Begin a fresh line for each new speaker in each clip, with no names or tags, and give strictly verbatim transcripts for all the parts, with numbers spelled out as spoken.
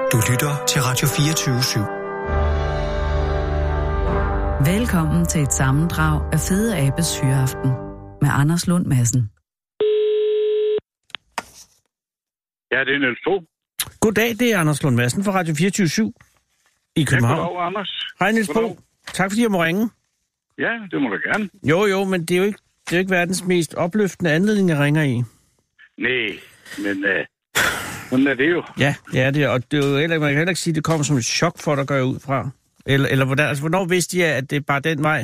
Du lytter til Radio fireogtyve syv.
Velkommen til et sammendrag af Fede Abes Hyreaften med Anders Lund Madsen.
Ja, det er Niels Bo.
Goddag, det er Anders Lund Madsen fra Radio fireogtyve syv i København.
Ja, goddag, Anders.
Hej Niels Bo. Tak fordi jeg må ringe.
Ja, det må du gerne.
Jo, jo, men det er jo ikke, det er jo ikke verdens mest opløftende anledning, jeg ringer i.
Nej, men øh, sådan er det jo.
Ja, det er det, og det er jo heller, man kan heller ikke sige, at det kommer som et chok for dig, går jeg ud fra. Eller, eller hvordan, altså, hvornår vidste jeg, at det er bare den vej?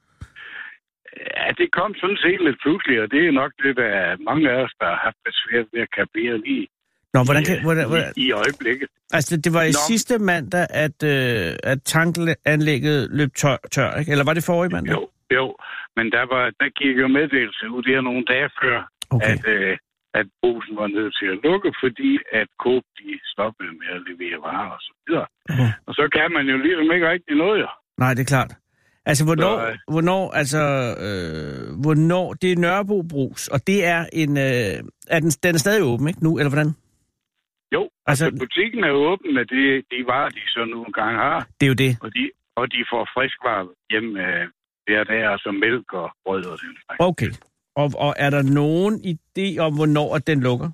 Ja, det kom sådan set lidt pludselig, og det er nok det, der er mange af os, der har haft det svært ved at kapere lige
Nå, hvordan kan, hvordan, hvordan,
i, i øjeblikket.
Altså, det var i
Nå.
sidste mandag, at, øh, at tankanlægget løb tør, tør, ikke? Eller var det forrige mandag?
Jo, jo, men der, var, der gik jo meddelelse ud der nogle dage før,
Okay.
at, øh, at Brugsen var nødt til at lukke, fordi at Coop, de stoppede med at levere varer og så videre.
Okay.
Og så kan man jo ligesom ikke rigtig noget, jo.
Nej, det er klart. Altså, hvornår,
Så, øh,
hvornår, altså, øh, hvornår, det er Nørrebro Brugs, og det er en, øh, er den, den er stadig åben, ikke nu, eller hvordan?
Jo, altså,
Altså-
altså butikken er åben med det, de varer, de så nogle gange har,
Det er jo det.
og de, og de får friskvarer hjem øh, hver dag, altså mælk og brød og den slags.
Okay. Og, og er der nogen idé om, hvornår at den lukker?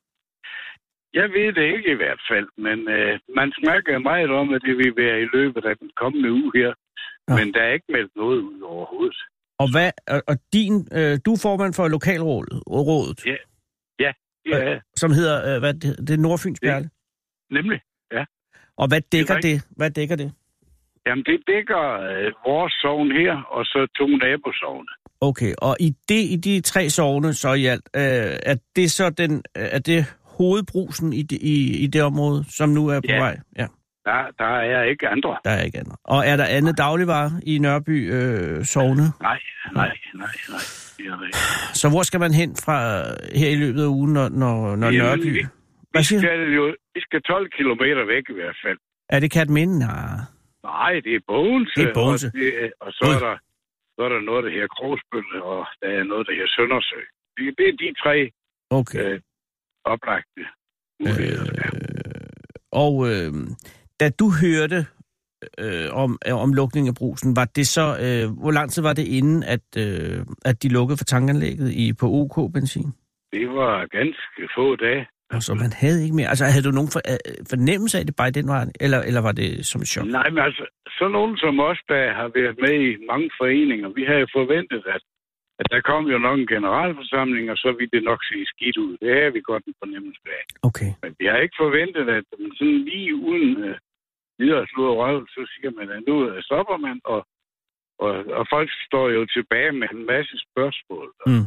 Jeg ved det ikke i hvert fald, men øh, man snakker meget om, at det vil være i løbet af den kommende uge her,
Ja.
men der er ikke meldt noget ud overhovedet.
Og hvad, og, og din, øh, du er formand for lokalrådet, rådet,
Ja, ja, ja,
øh, som hedder, øh, hvad det, det er Nordfyns Perle.
nemlig. Ja.
Og hvad dækker
Det
det,
er
det? Hvad dækker det?
Jamen, det dækker øh, vores sogn her, og så to nabosogne.
Okay, og i, det, i de tre sogne så i alt, øh, er det så den, øh, er det hovedbrusen i, det- i, i det område, som nu er på
Ja.
vej? Ja.
Der, der er ikke andre.
Der er ikke andet. Og er der andet dagligvarer i Nørreby øh, sogne?
Nej, nej, nej, nej. Det er det.
Så hvor skal man hen fra her i løbet af ugen, når, når, når
Jamen,
Nørreby...
vi-
Hvad
Vi
siger du?
skal jo vi skal tolv kilometer væk i hvert fald.
Er det Katminde? Nej.
Nej, det er Bogense.
Det er Bogense.
Og, det, og så, er der, så er der noget, der hedder Krogsbølle, og der er noget, der hedder Søndersø. Det, det er de tre
Okay.
øh, oplagte muligheder. Øh,
Og øh, da du hørte øh, om, øh, om lukningen af brusen, var det så... Øh, hvor lang tid var det inden, at, øh, at de lukkede for tankanlægget i, på OK Benzin?
det var ganske få dage.
Og så man havde ikke mere... Altså, havde du nogen for, øh, fornemmelse af det bare i den vej? Eller, eller var det som et chok?
Nej, men altså, så nogen som os, der har været med i mange foreninger, vi havde forventet, at, at der kom jo nok en generalforsamling, og så ville det nok se skidt ud. Det havde vi godt en fornemmelse af.
Okay.
Men vi har ikke forventet, at man sådan lige uden øh, videre slået røv, så siger man, at nu øh, stopper man, og, og, og folk står jo tilbage med en masse spørgsmål.
Mm.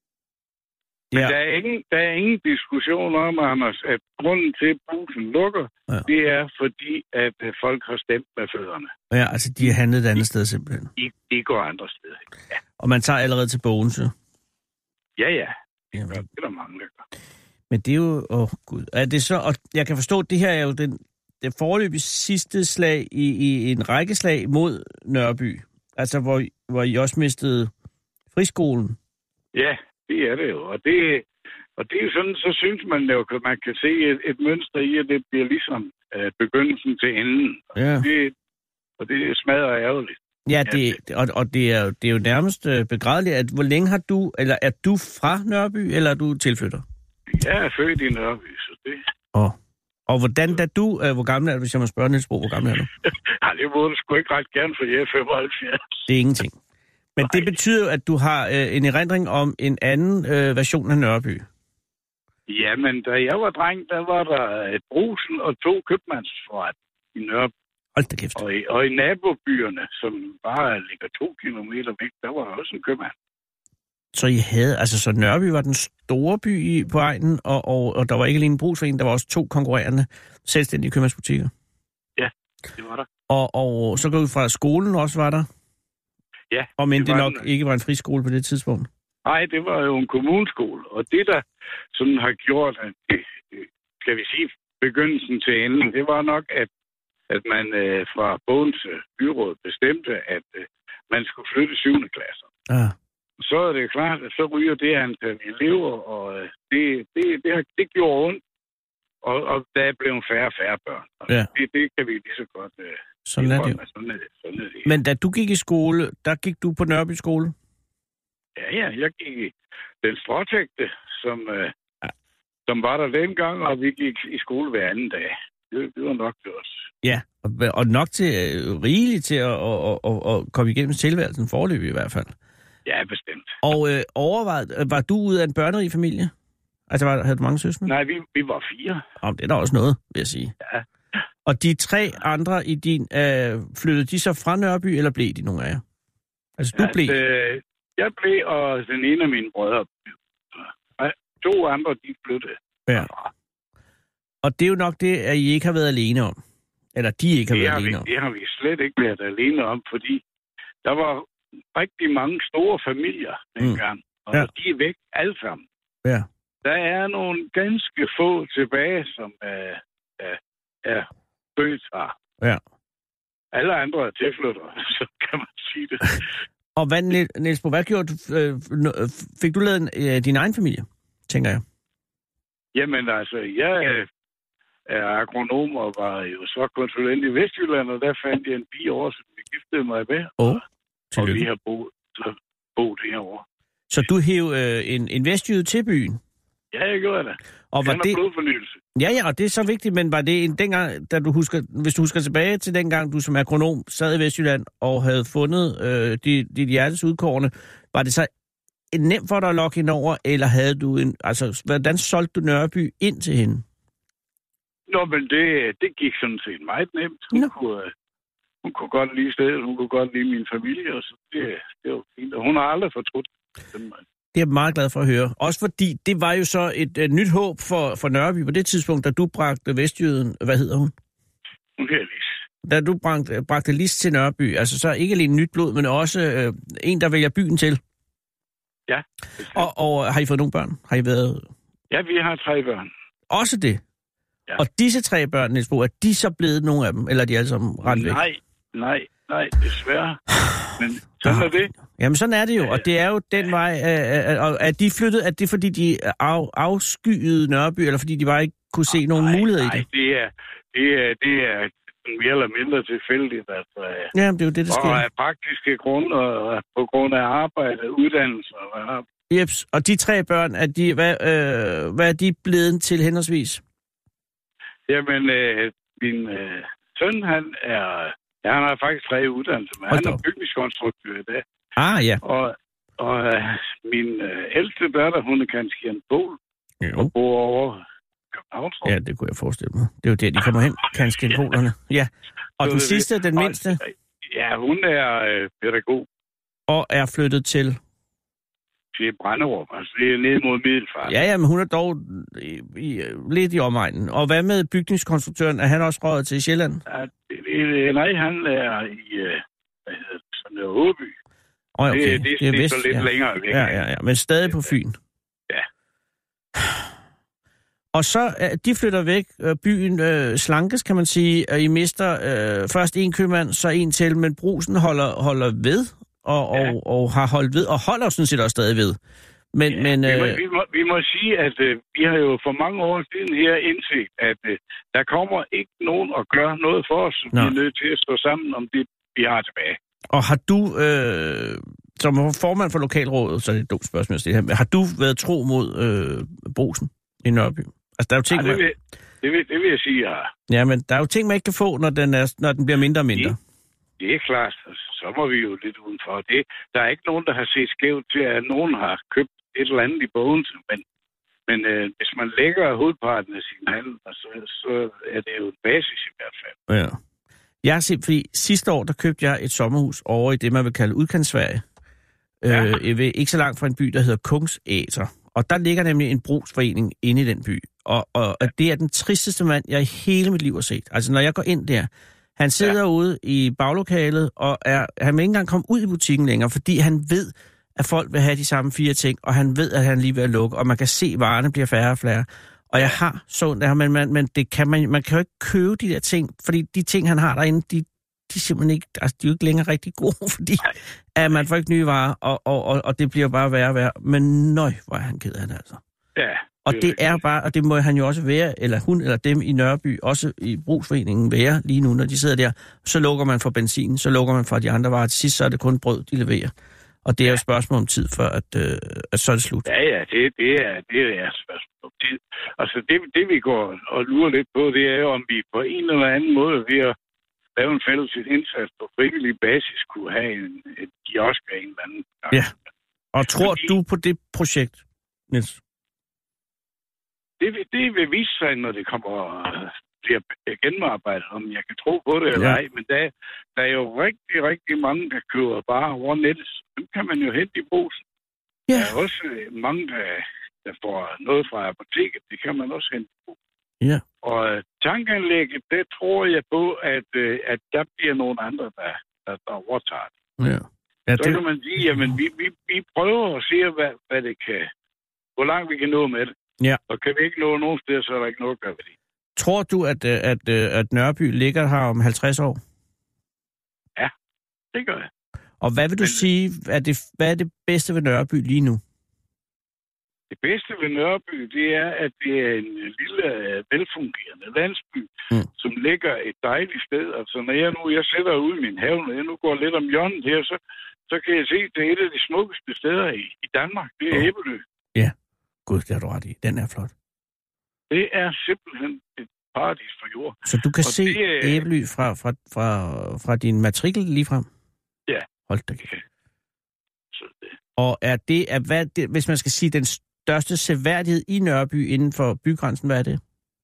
Men
Ja.
der er, ingen, der er ingen diskussion om, Anders, at grunden til, at Brugsen lukker,
Ja.
ja. det er fordi, at øh, folk har stemt med fødderne.
Ja, altså, de har handlet et andet sted simpelthen.
De, de går andre steder. Ja,
Og man tager allerede til Bogense.
ja. ja.
Jamen.
Det er der mange, der gør.
Men det er jo... Åh, oh, gud. Er det så... Og jeg kan forstå, at det her er jo den, det foreløbig sidste slag i, i en række slag mod Nørreby. Altså, hvor, hvor I også mistede friskolen.
Ja, det er det jo. Og det, og det er sådan, så synes man jo, at man kan se et, et mønster i, at det bliver ligesom øh, begyndelsen til enden.
Ja.
Det, og det smadrer ærgerligt.
Ja, det, og, og det, er jo, det er jo nærmest øh, begrædeligt, at hvor længe har du... Eller er du fra Nørreby, eller er du tilflytter?
Jeg er født i Nørreby, så det...
Og, og hvordan da du... Øh, hvor gammel er du, hvis jeg må spørge Niels Bro, hvor gammel er du?
Ej, det må du sgu ikke ret gerne, for jeg er femoghalvfjerds.
Det er ingenting. Men
Nej.
det betyder jo, at du har øh, en erindring om en anden øh, version af Nørreby.
Jamen, da jeg var dreng, der var der et Brugsen og to købmandsforret i Nørreby.
Hold da kæft.
Og i, og i nabobyerne, som bare ligger to kilometer væk, der var også en købmand.
Så I havde... Altså, så Nørreby var den store by i, på egnen, og, og, og der var ikke alene en brugsforening, der var også to konkurrerende selvstændige købmandsbutikker.
Ja, det var der.
Og, og så går vi fra, at skolen også var der.
Ja,
Og men det, det
var
nok
den.
ikke var en friskole på det tidspunkt.
Nej, det var jo en kommuneskole. Og det, der sådan har gjort, at det, skal vi sige, begyndelsen til enden, det var nok, at, at man øh, fra Bogens byråd bestemte, at øh, man skulle flytte syvende klasser.
Ah.
Så er det klart, at så ryger det antal elever, og øh, det, det, det, har, det gjorde ondt. Og, og der er blevet færre og færre børn.
Ja.
Det, det kan vi lige så godt... Øh,
sådan er det.
Sådan er det. Sådan er det.
Men da du gik i skole, der gik du på Nørreby skole?
Ja, ja. Jeg gik i den stråtægte, som, øh, ja. som var der dengang, og vi gik i skole hver anden dag. Det, det var nok til os.
Ja, og, og nok til øh, rigeligt til at, at, at, at komme igennem tilværelsen forløb i hvert fald.
Ja, bestemt.
Og øh, overvejede, var du ude af en børnerig familie? Altså, var, havde du mange søskende?
Nej, vi, vi var fire.
Oh, det er da også noget, vil jeg sige.
Ja.
Og de tre andre i din, øh, flyttede de så fra Nørreby, eller blev de nogle af jer? Altså, du
ja,
blev?
Øh, jeg blev, og den ene af mine brødre blev. To andre, de flyttede.
Ja. Og det er jo nok det, at I ikke har været alene om. Eller de ikke har
det
været
har
alene
vi,
om.
Det har vi slet ikke været alene om, fordi der var rigtig mange store familier dengang. Mm. Og
ja.
de er væk alle sammen.
Ja.
Der er nogle ganske få tilbage, som er, er, er født her.
Ja.
Alle andre er tilflyttere, så kan man sige det.
Og hvad, Niels Bo, hvad gjorde du? Fik du lavet en, din egen familie, tænker jeg?
Jamen altså, jeg er agronom og var jo så konsulent i Vestjylland, og der fandt jeg en pige over, som vi giftede mig med.
Oh,
og, og vi har boet, så boet herovre.
Så du hæv øh, en, en vestjyde til byen?
Ja, jeg gjorde det.
Og var det
blodfornyelse.
Ja, ja, og det er så vigtigt, men var det en dengang, da du husker, hvis du husker tilbage til dengang, du som agronom sad i Vestjylland og havde fundet øh, dit, dit hjertes udkårne, var det så nemt for dig at lokke hende over, eller havde du en, altså, hvordan solgte du Nørreby ind til hende?
Nå, men det, det gik sådan set meget nemt. Hun, kunne, hun kunne godt lide stedet, hun kunne godt lide min familie, og så det, det var fint. Og hun har aldrig fortrudt den.
Det er jeg meget glad for at høre. Også fordi det var jo så et, et nyt håb for, for Nørreby på det tidspunkt, da du bragte Vestjyden. Hvad hedder hun?
Hun hedder Lis.
Da du bragte, bragte Lis til Nørreby, altså så ikke alene nyt blod, men også øh, en, der vælger byen til.
Ja.
Og, og har I fået nogle børn? Har I været...
Ja, vi har tre børn.
Også det?
Ja.
Og disse tre børn, Niels Bo, er de så blevet nogle af dem, eller er de alle sammen ret væk?
Nej, nej, nej, desværre. Men sådan er det.
Jamen sådan er det jo, og det er jo den vej, og er de flyttet, er det fordi de af, afskyede Nørreby, eller fordi de bare ikke kunne se nogen
nej,
muligheder
nej,
i det?
Nej, det er, det er, det er mere eller mindre tilfældigt, at
ja, det er jo det, der sker.
Og af praktiske grunde, og på grund af arbejde, uddannelse og
Jeps, og de tre børn, er de, hvad, øh, hvad er de blevet til henholdsvis?
Jamen, øh, min øh, søn, han er... Ja, han har faktisk tre uddannelser, men han er bygningskonstruktør i dag.
Ah, ja.
Og, og øh, min øh, ældste datter, hun er kanskje en bol, og bor over København.
Ja, det kunne jeg forestille mig. Det er jo der, de kommer hen, kanskje en polerne. Ja, og den sidste, den mindste?
Ja, hun er øh, pædagog.
Og er flyttet til?
Til Brænderup, altså det er ned mod Middelfart.
Ja, ja, men hun er dog i, i, lidt i omegnen. Og hvad med bygningskonstruktøren? Er han også røget til Sjælland?
Ja, det, det, nej, han er i, øh, hvad hedder det, sådan der Åby.
Oh, okay.
Det, det,
det er
det
vist,
er så lidt
ja.
længere væk.
Ja, ja, ja, men stadig på Fyn.
Ja.
Og så, de flytter væk, byen øh, slankes, kan man sige, og I mister øh, først en købmand, så en til, men Brugsen holder, holder ved, og, ja. og, og har holdt ved, og holder sådan set også stadig ved. Men,
ja,
men,
vi, må,
øh,
vi, må, vi må sige, at øh, vi har jo for mange år siden her indset, at øh, der kommer ikke nogen at gøre noget for os, så vi er nødt til at stå sammen om det, vi har tilbage.
Og har du, øh, som formand for lokalrådet, så er det et dumt spørgsmål, det her, har du været tro mod øh, Brugsen i Nørreby? Altså, der er jo ting,
ja, det, vil, det, vil, det vil jeg sige, ja.
Ja, men der er jo ting, man ikke kan få, når den, er, når den bliver mindre og mindre.
Det, det er klart. Så må vi jo lidt udenfor. Det, der er ikke nogen, der har set skævt til, at nogen har købt et eller andet i bogen, men, men øh, hvis man lægger hovedparten af sin handel, så, så er det jo en basis i hvert fald.
Ja. Jeg har set, fordi sidste år, der købte jeg et sommerhus over i det, man vil kalde Udkantssverige. Ja. Øh, ved, ikke så langt fra en by, der hedder Kungsæter. Og der ligger nemlig en brugsforening inde i den by. Og, og ja. Det er den tristeste mand, jeg i hele mit liv har set. Altså, når jeg går ind der, han sidder ja. ude i baglokalet, og er, han vil ikke engang komme ud i butikken længere, fordi han ved, at folk vil have de samme fire ting, og han ved, at han lige vil lukke, og man kan se, at varerne bliver færre og færre. Og jeg har sådan der, men, man, men det kan man, man kan jo ikke købe de der ting, fordi de ting, han har derinde, de, de er simpelthen ikke, altså, de er jo ikke længere rigtig gode, fordi at man får ikke nye varer, og, og, og, og det bliver bare værre og værre. Men nøj, hvor er han ked af det, altså.
Ja,
Og
Det
det,
er
det er
rigtigt.
bare, og det må han jo også være, eller hun eller dem i Nørreby, også i brugsforeningen være lige nu, når de sidder der. Så lukker man for benzin, så lukker man for de andre varer. Til sidst så er det kun brød, de leverer. Og det er jo et spørgsmål om tid, før at, øh, at så er det slut.
Ja, ja, det, det, er, det er et spørgsmål om tid. Altså, det, det vi går og lurer lidt på, det er jo, om vi på en eller anden måde ved at lave en fælles indsats på frivillig basis kunne have en, en kiosk af en eller anden.
Ja. Og tror
Fordi-
du på det projekt, Niels?
Det, vil- det vil vise sig, når det kommer bliver gennemarbejdet, om jeg kan tro på det eller
Ja.
ej. Men der, der er jo rigtig, rigtig mange, der køber bare over nettet. Dem kan man jo hente i Brugsen.
Ja.
Der er også øh, mange, der, der får noget fra apoteket. Det kan man også hente i Brugsen.
Ja.
Og øh, tankanlægget, det tror jeg på, at, øh, at der bliver nogle andre, der, der, der overtager det.
Ja. Ja,
Så
det,
kan man sige, jamen vi, vi, vi prøver at se, hvad, hvad det kan, hvor langt vi kan nå med det.
Ja.
Og kan vi ikke nå nogen steder, så er der ikke noget at gøre ved det.
tror du, at, øh, at, øh, at Nørreby ligger her om halvtreds år?
Det gør jeg.
Og hvad vil du
Men-
sige, er det, hvad er det bedste ved Nørreby lige nu?
Det bedste ved Nørreby, det er, at det er en lille, øh, velfungerende landsby,
Mm.
mm. som ligger et dejligt sted. Altså, når jeg nu jeg sætter ud i min have, når jeg nu går lidt om hjørnet her, så, så kan jeg se, at det er et af de smukkeste steder i, i Danmark. Det er
Oh.
Æbelø.
Gud, det har du ret i. Den er flot.
Det er simpelthen et paradis for jord.
Så du kan
Og
se
det, øh,
Æbelø fra, fra, fra, fra din matrikel lige frem?
Ja.
Hold da kæft.
Så det,
Og er det, er, hvad, det, hvis man skal sige, den største seværdighed i Nørreby inden for bygrænsen, hvad er det?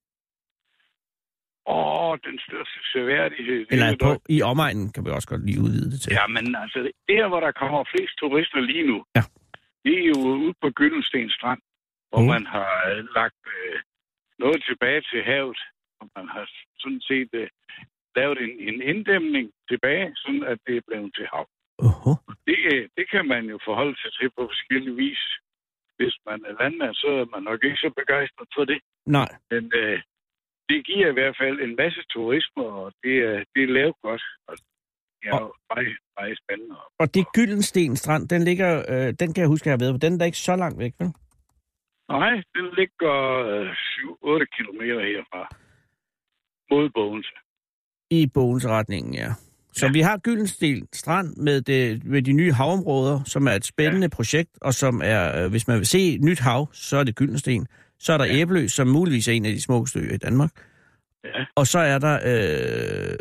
åh, den største seværdighed. det
Eller
er
på,
nok-
i omegnen kan vi også godt lige udvide det til.
Ja, men altså, der hvor der kommer flest turister lige nu,
Ja.
det er jo ude på Gyldensten Strand, hvor
Mm.
man har øh, lagt øh, noget tilbage til havet, og man har sådan set øh, lavet en, en inddæmning tilbage, sådan at det er blevet til hav.
Uh-huh.
Det, øh, det kan man jo forholde sig til på forskellige vis. Hvis man er landmand, så er man nok ikke så begejstret for det.
Nej.
Men øh, det giver i hvert fald en masse turisme, og det er, det er lavet godt. Og det er jo meget, meget spændende.
Og det Gyldensten Strand, den ligger, øh, den kan jeg huske, jeg har været på. Den er da ikke så langt væk, vel?
Nej, den ligger øh, syv otte kilometer herfra. Mod Bogense.
I Bogense-retningen, ja. Så
Ja.
vi har Gyldensten Strand med, det, med de nye havområder, som er et spændende ja. projekt, og som er, øh, hvis man vil se et nyt hav, så er det Gyldensten. Så er der
Ja.
Æbelø, som muligvis er en af de smukkeste øer i Danmark.
Ja.
Og så er der, øh,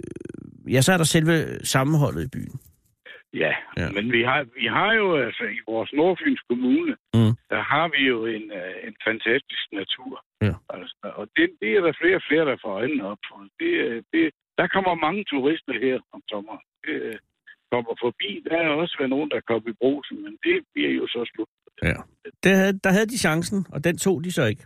ja, så er der selve sammenholdet i byen.
Ja,
Ja.
ja. Men vi har, vi har jo altså i vores Nordfyns Kommune,
Mm.
der har vi jo en, øh, en fantastisk natur.
Ja.
Altså, og det, det er der flere og flere, der får øjnene op for. Det, øh, det, der kommer mange turister her om sommeren. Det øh, kommer forbi. Der er også været nogen, der kommer i Brugsen, men det bliver jo så slut.
Ja. Det havde, der havde de chancen, og den tog de så ikke.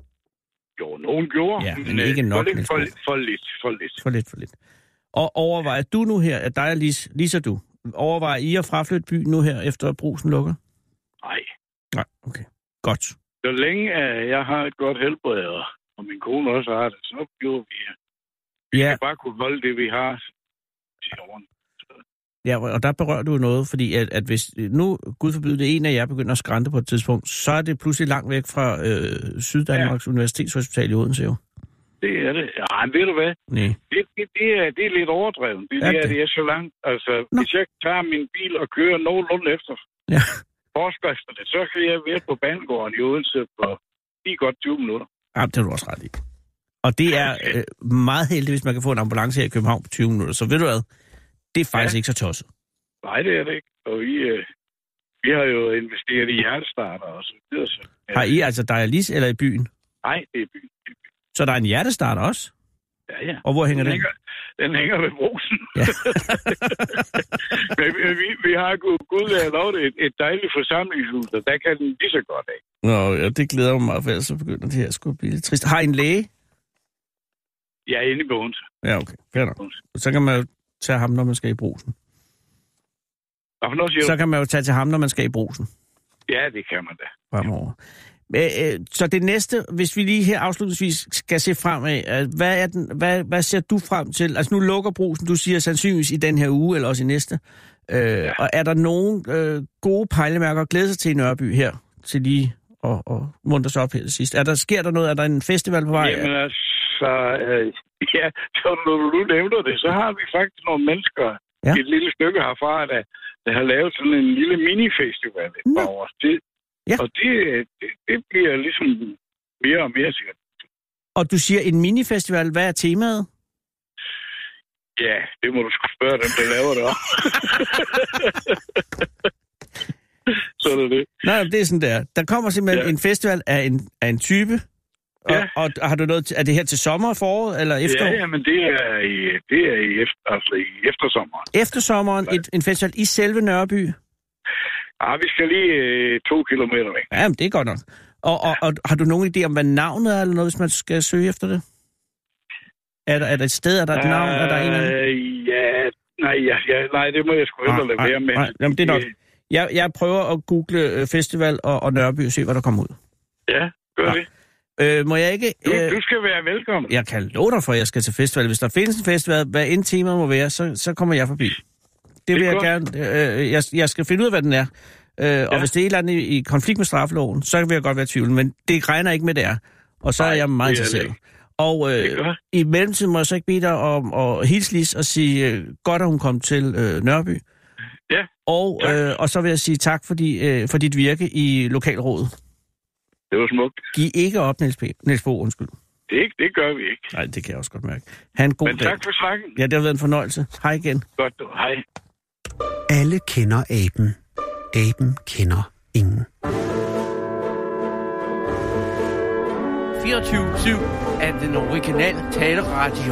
Jo, nogen gjorde.
Ja, men ikke
øh,
nok,
For lidt,
Niels
for,
Bohr.
lidt, for lidt, for lidt.
For lidt, for lidt. Og overvejer du nu her, at dig og Lis, Lis og du, overvejer I at fraflytte byen nu her, efter at Brugsen lukker?
Nej.
Nej, okay. Godt.
Så længe at jeg har et godt helbred, og, og min kone også har det, så gjorde vi det. Vi
Ja,
skal bare kunne holde det, vi har til årene.
ja, og der berører du jo noget, fordi at, at hvis nu, Gud forbyde det, en af jer begynder at skrante på et tidspunkt, så er det pludselig langt væk fra øh, Syddanmarks ja. Universitetshospital i Odense jo.
Det er det. Ja, men ved du hvad?
Nej.
Det, det, det, er, det er lidt overdrevet. Det,
Er
det, er,
det?
det er så langt. Altså,
Nå.
hvis jeg tager min bil og kører nogenlunde efter
Ja.
forskrifterne, så kan jeg være på banegården i Odense på lige godt tyve minutter.
Ja, det har du også ret i. Og det er øh, meget heldigt, hvis man kan få en ambulance her i København på tyve minutter. Så ved du hvad? Det er faktisk ja. ikke så tosset.
Nej, det er det ikke. Og vi, øh, vi har jo investeret i hjertestarter og så videre. Så, ja.
Har I altså dig og Lis eller i byen?
Nej, det er byen.
Så der er en hjertestarter også?
Ja, ja.
Og hvor hænger den?
hænger, den hænger ved Brugsen.
Ja.
Men vi, vi har gud, gud har lavet et, et dejligt forsamlingshus, og der kan den lige så godt af.
Nå, ja, det glæder mig meget, for ellers så begynder det her at blive lidt trist. Har I en læge?
Jeg er inde i Bogense.
Ja, okay. Fair nok. Så kan man jo tage ham, når man skal i Brugsen.
Hvad for noget siger
Så
du?
kan man jo tage til ham, når man skal i Brugsen
Ja, det kan man da.
fremover. Øh, øh, så det næste, hvis vi lige her afslutningsvis skal se fremad, øh, hvad, er den, hvad, hvad ser du frem til? Altså nu lukker Brugsen, du siger sandsynligvis i den her uge, eller også i næste. Øh, ja. Og er der nogen øh, gode pejlemærker at glæde sig til i Nørreby her, til lige og, og munter sig op her til sidst. Er der, sker der noget? Er der en festival på vej?
Jamen altså, øh, ja, så når du nævner det, så har vi faktisk nogle mennesker, ja. et lille stykke herfra, der, der har lavet sådan en lille minifestival et par års tid. Ja. Og det, det, det bliver ligesom mere og mere sikkert.
Og du siger en minifestival. Hvad er temaet?
Ja, det må du sgu spørge dem, der laver det op. Så er det det.
Nej, det er sådan der. Der kommer simpelthen ja. en festival af en, af en type. Og,
ja.
og, og har du noget, er det her til sommer, foråret eller efterår?
Ja, ja, men det er i, det er i, efter, altså i eftersommeren.
Eftersommeren, ja. et, en festival i selve Nørreby?
Ja, vi skal lige øh, to kilometer væk.
Ja, men det er godt nok. Og, og, og har du nogen idé om, hvad navnet er, eller noget, hvis man skal søge efter det? Er der, er der et sted, er der et uh, navn, er der en eller anden?
Ja, nej, ja, ja, nej, det må jeg sgu hellere lade være med.
Nej, jamen, det er nok. Jeg, jeg prøver at google festival og, og Nørreby og se, hvad der kommer ud.
Ja, gør ja. det.
Øh, må jeg ikke...
Du,
øh,
du skal være velkommen.
Jeg kan love dig for, at jeg skal til festival. Hvis der findes en festival, hvad end temaet må være, så, så kommer jeg forbi. Det, det vil jeg godt. gerne... Øh, jeg, jeg skal finde ud af, hvad den er. Øh, ja. Og hvis det er et eller andet i, i konflikt med straffeloven, så vil jeg godt være i tvivl. Men det regner ikke med, det er. Og så Nej, er jeg meget interesseret. Og øh, i mellemtiden må jeg så ikke bede dig om at hilse Lis og sige, øh, godt at hun kom til øh, Nørreby.
Ja,
og, øh, og så vil jeg sige tak for, de, øh, for dit virke i lokalrådet.
Det var smukt.
Giv ikke op, Niels, P. Niels Bo, undskyld.
Det, det gør vi ikke.
Nej, det kan jeg også godt mærke. Ha' en god
Men
dag.
tak for snakken.
Ja, det har været en fornøjelse. Hej igen.
Godt du. Hej.
Alle kender aben. Aben kender ingen.
fireogtyve syv er den originale taleradio.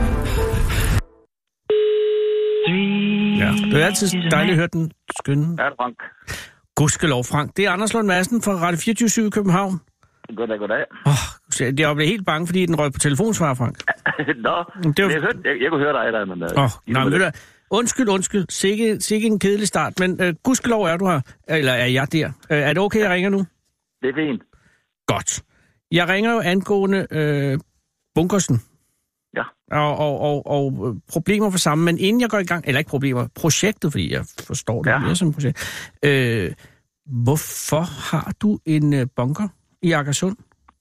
Ja, det er altid dejligt at høre den skønne.
Ja, Frank.
Gudskelov, Frank. Det er Anders Lund Madsen fra Radio fireogtyve syv i København.
Goddag, goddag.
Åh, oh, jeg blev helt bange, fordi den røg på telefonsvar, Frank.
Nå, det var... jeg, hørte, jeg, jeg kunne høre dig der, men...
Åh, oh, nej, men ved du, undskyld, undskyld. Sikke, sikke en kedelig start, men uh, gudskelov er du her. Eller er jeg der? Uh, er det okay, jeg ringer nu?
Det er fint.
Godt. Jeg ringer jo angående øh, bunkersen.
Ja.
Og, og, og, og problemer for sammen. Men inden jeg går i gang, eller ikke problemer, projektet, fordi jeg forstår det ja. mere som projekt. Øh, hvorfor har du en øh, bunker i Akersund?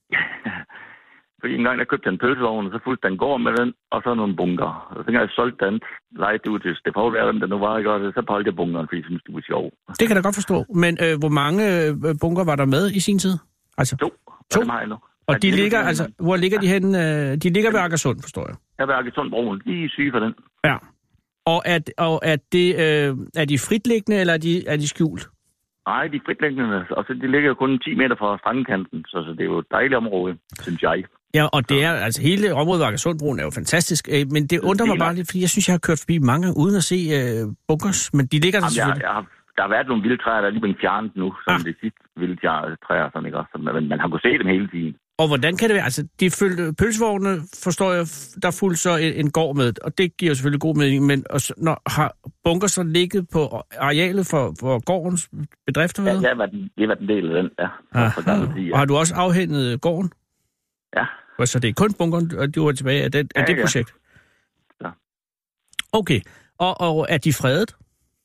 Fordi en gang jeg købte en pølsevogn, og så fulgte den gård med den, og så nogle bunker. Og så jeg solgte den, lejet det ud til Stefan, hvem der nu var, ikke? Og så beholdt jeg bunkeren, fordi jeg synes, det var sjovt.
Det kan jeg da godt forstå. Men øh, hvor mange øh, bunker var der med i sin tid? Altså,
to.
To?
Og
ja, de, de ligger, ligger altså, hvor ligger ja. de henne? Øh, de ligger ved Akersund, forstår jeg.
Ja, ved Akersundbroen. Lige syge for den.
Ja. Og er, og er, det, øh, er de fritliggende, eller er de, er de skjult?
Nej, de er fritliggende. Og så de ligger jo kun ti meter fra strandkanten, så, så det er jo et dejligt område, synes jeg. Ja,
og det er, altså hele området ved Akersundbroen er jo fantastisk, øh, men det undrer mig bare lidt, fordi jeg synes, jeg har kørt forbi mange uden at se øh, bunkers, men de ligger der selvfølgelig.
Jeg, jeg har, der har været nogle vilde træer, der er lige blevet fjernet nu, som ah. det sidste vilde træer, sådan, ikke? Så man, man har kunnet se dem hele tiden.
Og hvordan kan det være? Altså, de følte, pølsevogne, forstår jeg, der fulgte så en, en gård med, og det giver selvfølgelig god mening, men og så, når har bunker så ligget på arealet for, for gårdens bedrifter?
Ja, det har været en, det har været en del af den, ja.
For ja. Og har du også afhændet gården?
Ja.
Og så det er kun bunkeren, og du er tilbage af det, af ja, det projekt?
Ja.
Okay, og, og er de fredet?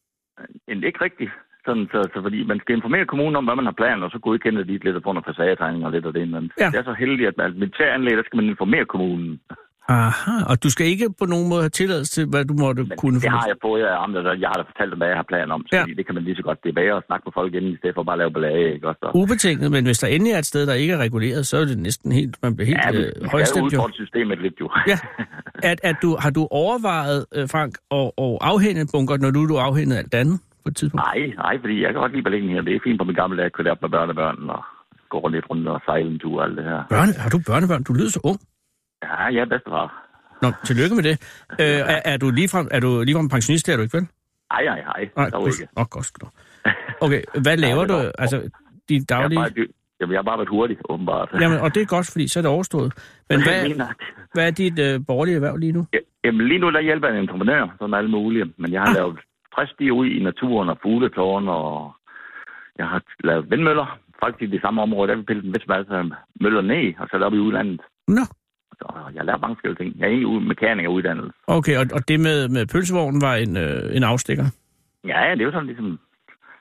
Ikke rigtigt. Sådan, så, så fordi man skal informere kommunen om, hvad man har planer, og så godkende de lidt og få nogle facadetegninger og lidt af det. Men ja. Det er så heldigt, at med militæranlæg, der skal man informere kommunen.
Aha, og du skal ikke på nogen måde have tilladelse til, hvad du måtte
men
kunne...
Det har jeg på, jeg, jeg har da fortalt dem, hvad jeg har planer om, så ja. Det kan man lige så godt tilbage og snakke med folk inden, i stedet for bare at lave ballade, ikke også?
Ubetinget, men hvis der endelig er et sted, der ikke er reguleret, så er det næsten helt... Man bliver helt
ja,
øh, højstemt,
jo. Ja, systemet lidt jo.
Ja. At, at du, har du overvejet, Frank, at, at afhænde bunker, når du, du afhændede alt andet på et tidspunkt?
Nej, nej, fordi jeg kan godt lide belægningen her. Det er fint på min gamle dag, at køre op med børnebørn og gå lidt rundt og sejle en tur og alt det her.
Børne, har du børnebørn? Du lyder så ung.
Ja, jeg er bedstefar.
Nå, tillykke med det. Øh, er, er du ligefrem, er du ligefrem pensionist, er du ikke vel?
Nej, nej, nej.
Nej, dog ikke. Åh, godt skal du. Okay, hvad laver du? Altså, din daglige...
Jeg har bare, jamen, jeg har bare været hurtig, åbenbart.
Jamen, og det er godt, fordi så er det overstået. Men hvad, hvad er dit øh, borgerlige erhverv lige nu?
Jamen, lige nu der hjælper jeg en entreprenør, sådan alle mulige. Men jeg har ah. lavet træstier ud i naturen og fugletårn, og jeg har lavet vindmøller. Faktisk i det samme område, der vi pillet en vis møller ned, og så er op i udlandet.
Nå.
Så jeg lærer mange forskellige ting. Jeg er egentlig mekaniker uddannet.
Okay, og, og det med, med pølsevognen var en, øh, en afstikker?
Ja, det er jo sådan ligesom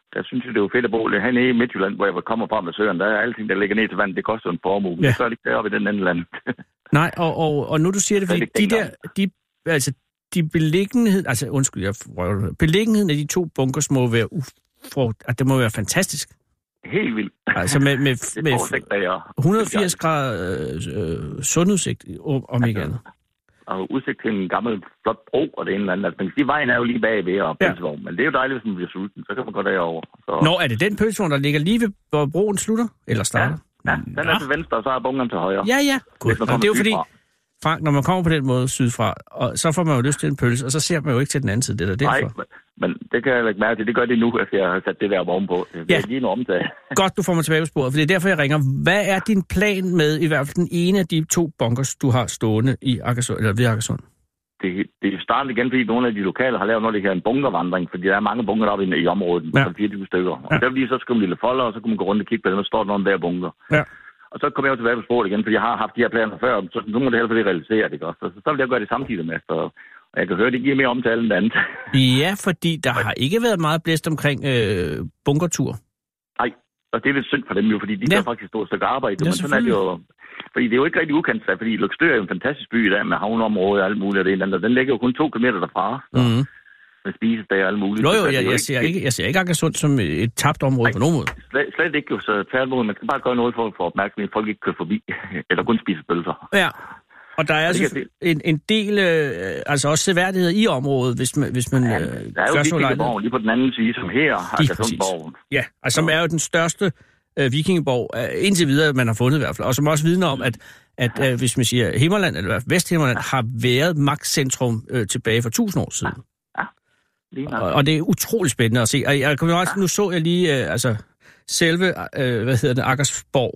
Jeg synes, det er jo fedt at bo hernede i Midtjylland, hvor jeg kommer fra med søen. Der er alting, der ligger ned til vandet. Det koster en formue. Ja. Det gør det ikke deroppe i den anden land.
Nej, og, og, og nu du siger det, fordi de der, de, altså, de beliggenhed, altså undskyld, jeg røver, beliggenheden af de to bunkers må være, ufro, at det må være fantastisk.
Helt vildt.
Altså med, med, med et hundrede og firs grader øh, sundudsigt, om ikke andet.
Og udsigt til en gammel, flot bro og det ene eller andet. Altså, man kan sige, vejen er jo lige bagved og pølsevogn, ja. Men det er jo dejligt, hvis man bliver sulten, så kan man gå derover. Så...
Nå, er det den pølsevogn, der ligger lige ved, hvor broen slutter? Eller starter?
Ja, ja, den er til venstre, og så er bunkeren til højre.
Ja, ja. God. Og det er jo fordi, Frank, når man kommer på den måde sydfra, og så får man jo lyst til en pølse, og så ser man jo ikke til den anden side. Det er derfor.
Nej, men det kan jeg ikke mærke til. Det gør det nu, efter jeg har sat det der ovenpå. Det
ja.
er lige en omtag.
Godt, du får mig tilbage på sporet, for det er derfor, jeg ringer. Hvad er din plan med i hvert fald den ene af de to bunkers, du har stående i Akersund, eller ved Akersund?
Det, det starter igen, fordi nogle af de lokale har lavet noget, det her en bunkervandring, fordi der er mange bunker deroppe i, i området, ja. fireogtyve stykker. Og ja. Der bliver så skrive en lille folder, og så kunne man gå rundt og kigge på dem, og står der nogle hver bunker. Ja. Og så kommer jeg jo tilbage på sporet igen, fordi jeg har haft de her planer før, så nu må det heller for det realisere det også. Så, så vil jeg gøre det samtidig med, så og jeg kan høre, det giver mere omtale end det andet.
Ja, fordi der har ikke været meget blæst omkring øh, bunkertur.
Nej, og det er lidt synd for dem jo, fordi de ja. gør faktisk et stort stykke arbejde.
Ja,
men sådan er det jo, fordi det er jo ikke rigtig ukendt, fordi Løgstør er jo en fantastisk by i dag med havneområde og alt muligt, og det eller den ligger jo kun to kilometer derfra. Så. Mm-hmm. Med spisestag og alt muligt.
Jo, jo, jeg, jeg, ser ikke, jeg ser ikke Akersund som et tabt område Nej, på nogen måde.
Slet, slet ikke jo, så tværtimod. Man skal bare gøre noget for at få opmærksomhed, at folk ikke kører forbi, eller kun spiser pølser. Ja,
og der er altså en, en del, øh, altså også seværdigheder i området, hvis man, hvis man ja, øh,
der er jo Vikingeborgen lige på den anden side, som her, Akersundborgen.
Ja, altså som er jo den største øh, vikingeborg, øh, indtil videre, man har fundet i hvert fald, og som også vidner om, at at øh, hvis man siger Himmerland, eller Vesthimmerland, ja. har været magtcentrum øh, tilbage for tusind år siden. Ja. Og, og det er utrolig spændende at se. Og jeg, jeg også, nu så jeg lige, øh, altså, selve, øh, hvad hedder det, Akersborg.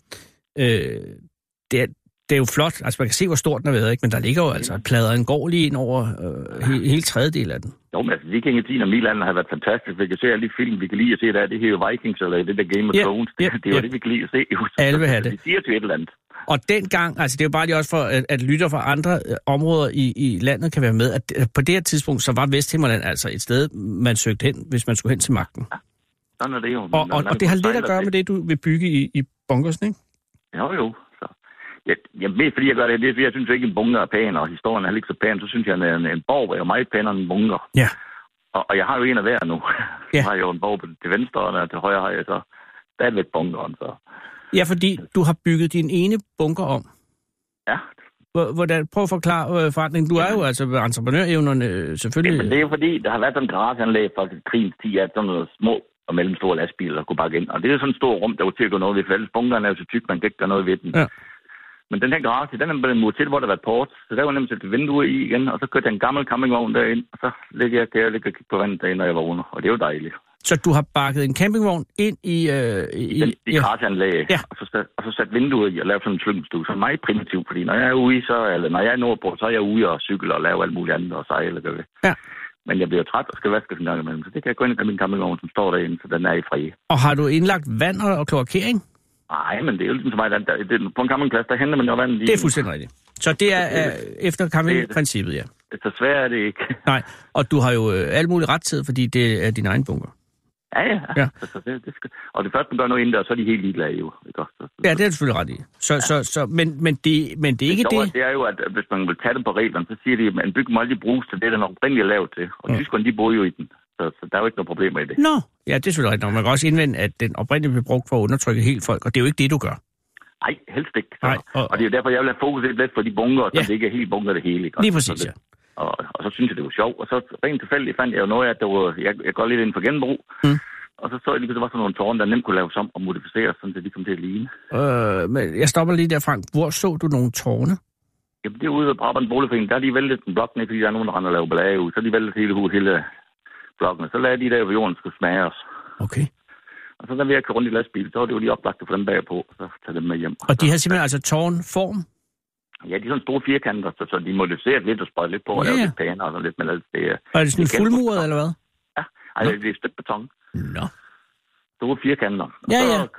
Øh, det, er, det er jo flot. Altså, man kan se, hvor stort den har været, ikke? Men der ligger jo altså plader en går lige ind over øh, he, hele tredjedel af den.
Jo, men altså, Vikingetiden og Milan har været fantastisk. Vi kan se alle de film, vi kan lide at se der. Det her jo Vikings, eller det der Game of yep, Thrones. Yep, det er jo yep. det, vi kan lide at se.
Alle vil have det.
Vi siger til et eller andet.
Og dengang, altså det er jo bare lige også for, at, at lytter fra andre øh, områder i, i landet kan være med, at, at på det her tidspunkt, så var Vesthimmerland altså et sted, man søgte hen, hvis man skulle hen til magten.
Ja, sådan er det jo.
Og, og, og det har lidt at gøre med det, du vil bygge i, i bunkersen, ikke?
Jo, jo. Så. Jeg, jeg ved, fordi jeg gør det, det er, fordi jeg synes ikke, en bunker er pæn, og historien er ikke så pæn, så synes jeg, at en, en borg er jo meget pænere end en bunker. Ja. Og, og jeg har jo en af hver nu. Ja. Jeg har jo en borg til venstre, og til højre har jeg så stadigvæk bunkeren, så...
Ja, fordi du har bygget din ene bunker om.
Ja.
Hvordan, prøv at forklare forandringen. Du er jo altså entreprenørevnerne, selvfølgelig.
Ja, men det er jo fordi, der har været sådan en garageanlæg for krigens tid, at sådan noget små og mellemstore lastbiler, der kunne bakke ind. Og det er sådan et stort rum, der var til at gå noget ved, for ellers bunkeren er jo så tyk, man kan ikke gøre noget ved den. Ja. Men den her garage, den er blevet muret til, hvor der var et port, så der var nemlig et vindue i igen, og så kørte jeg en gammel campingvogn derind, og så ligger jeg, kan jeg ligge og kigge på vandet derinde, når jeg vågner, og det er jo dejligt.
Så du har bakket en campingvogn ind i... Øh, i,
I, den, i ja. garageanlæg, ja. og, så sat, og så sat vinduet i og lavet sådan en slyngelstue. Så meget primitivt, fordi når jeg er ude, så, eller når jeg er nordpå, så er jeg ude og cykle og lave alt muligt andet og sejle og gøre det. Ja. Men jeg bliver træt og skal vaske sådan en gang imellem, så det kan jeg gå ind i min campingvogn, som står derinde, så den er i fri.
Og har du indlagt vand og, og kloakering?
Nej, men det er jo ligesom så meget, der, det, på en campingplads, der henter man jo vand lige.
Det er fuldstændig rigtigt. Så det er øh, efter campingprincippet, ja.
Så svært er det ikke.
Nej, og du har jo øh, alt muligt rettidig, fordi det er din egen bunker.
Ja, ja. ja. Så det, det skal... Og det første, man gør noget inden der, så er de helt ligeglade jo. Ikke? Så, så,
ja, det er du selvfølgelig ret i. Så, ja. så, så, men, men, det, men det er ikke det...
Det, det er jo, at hvis man vil tage dem på reglerne, så siger de, at en bygge må aldrig bruges til det, der oprindeligt er lavet til. Og ja. Tyskerne, de bor jo i den. Så, så der er jo ikke noget problemer i det.
Nå, ja, det er selvfølgelig rigtigt. Man kan også indvende, at den oprindeligt bliver brugt for at undertrykke helt folk, og det er jo ikke det, du gør.
Nej, helst ikke. Så.
Nej, og,
og det er jo derfor, jeg vil have fokus lidt på de bunker, ja. Så det ikke er helt bunker det hele. Ikke?
Lige præcis, ja.
Og, og så synes jeg, det var sjovt. Og så rent tilfældigt fandt jeg jo noget af, at der var, jeg, jeg går lidt ind for genbrug. Mm. Og så så jeg lige, at der var sådan nogle tårne, der nemt kunne laves om og modificeres, sådan at de kom til at ligne.
Øh, men jeg stopper lige der, Frank. Hvor så du nogle tårne?
Jamen, det er ude ved Brabrand Boligforening. Der er de væltet en blok ned, fordi der er nogen, der render og laver ballade ud. Så de væltet hele huset, hele blokken. Så lagde de der, hvor jorden skulle smage os.
Okay.
Og så da vi kørte rundt i lastbil, så var det jo lige oplagt at få dem bagpå, og så tage dem med hjem.
Og de har simpelthen altså tårnform?
Ja, de er sådan store firkanter, så, så de modificerer lidt og sprøjter lidt på, og ja, ja. Lave lidt pæner og lidt med alt det.
Og er det sådan fuldmuret, eller hvad?
Ja, altså, det er støbt beton.
Nå.
Store firkanter. Og
ja,
så
ja.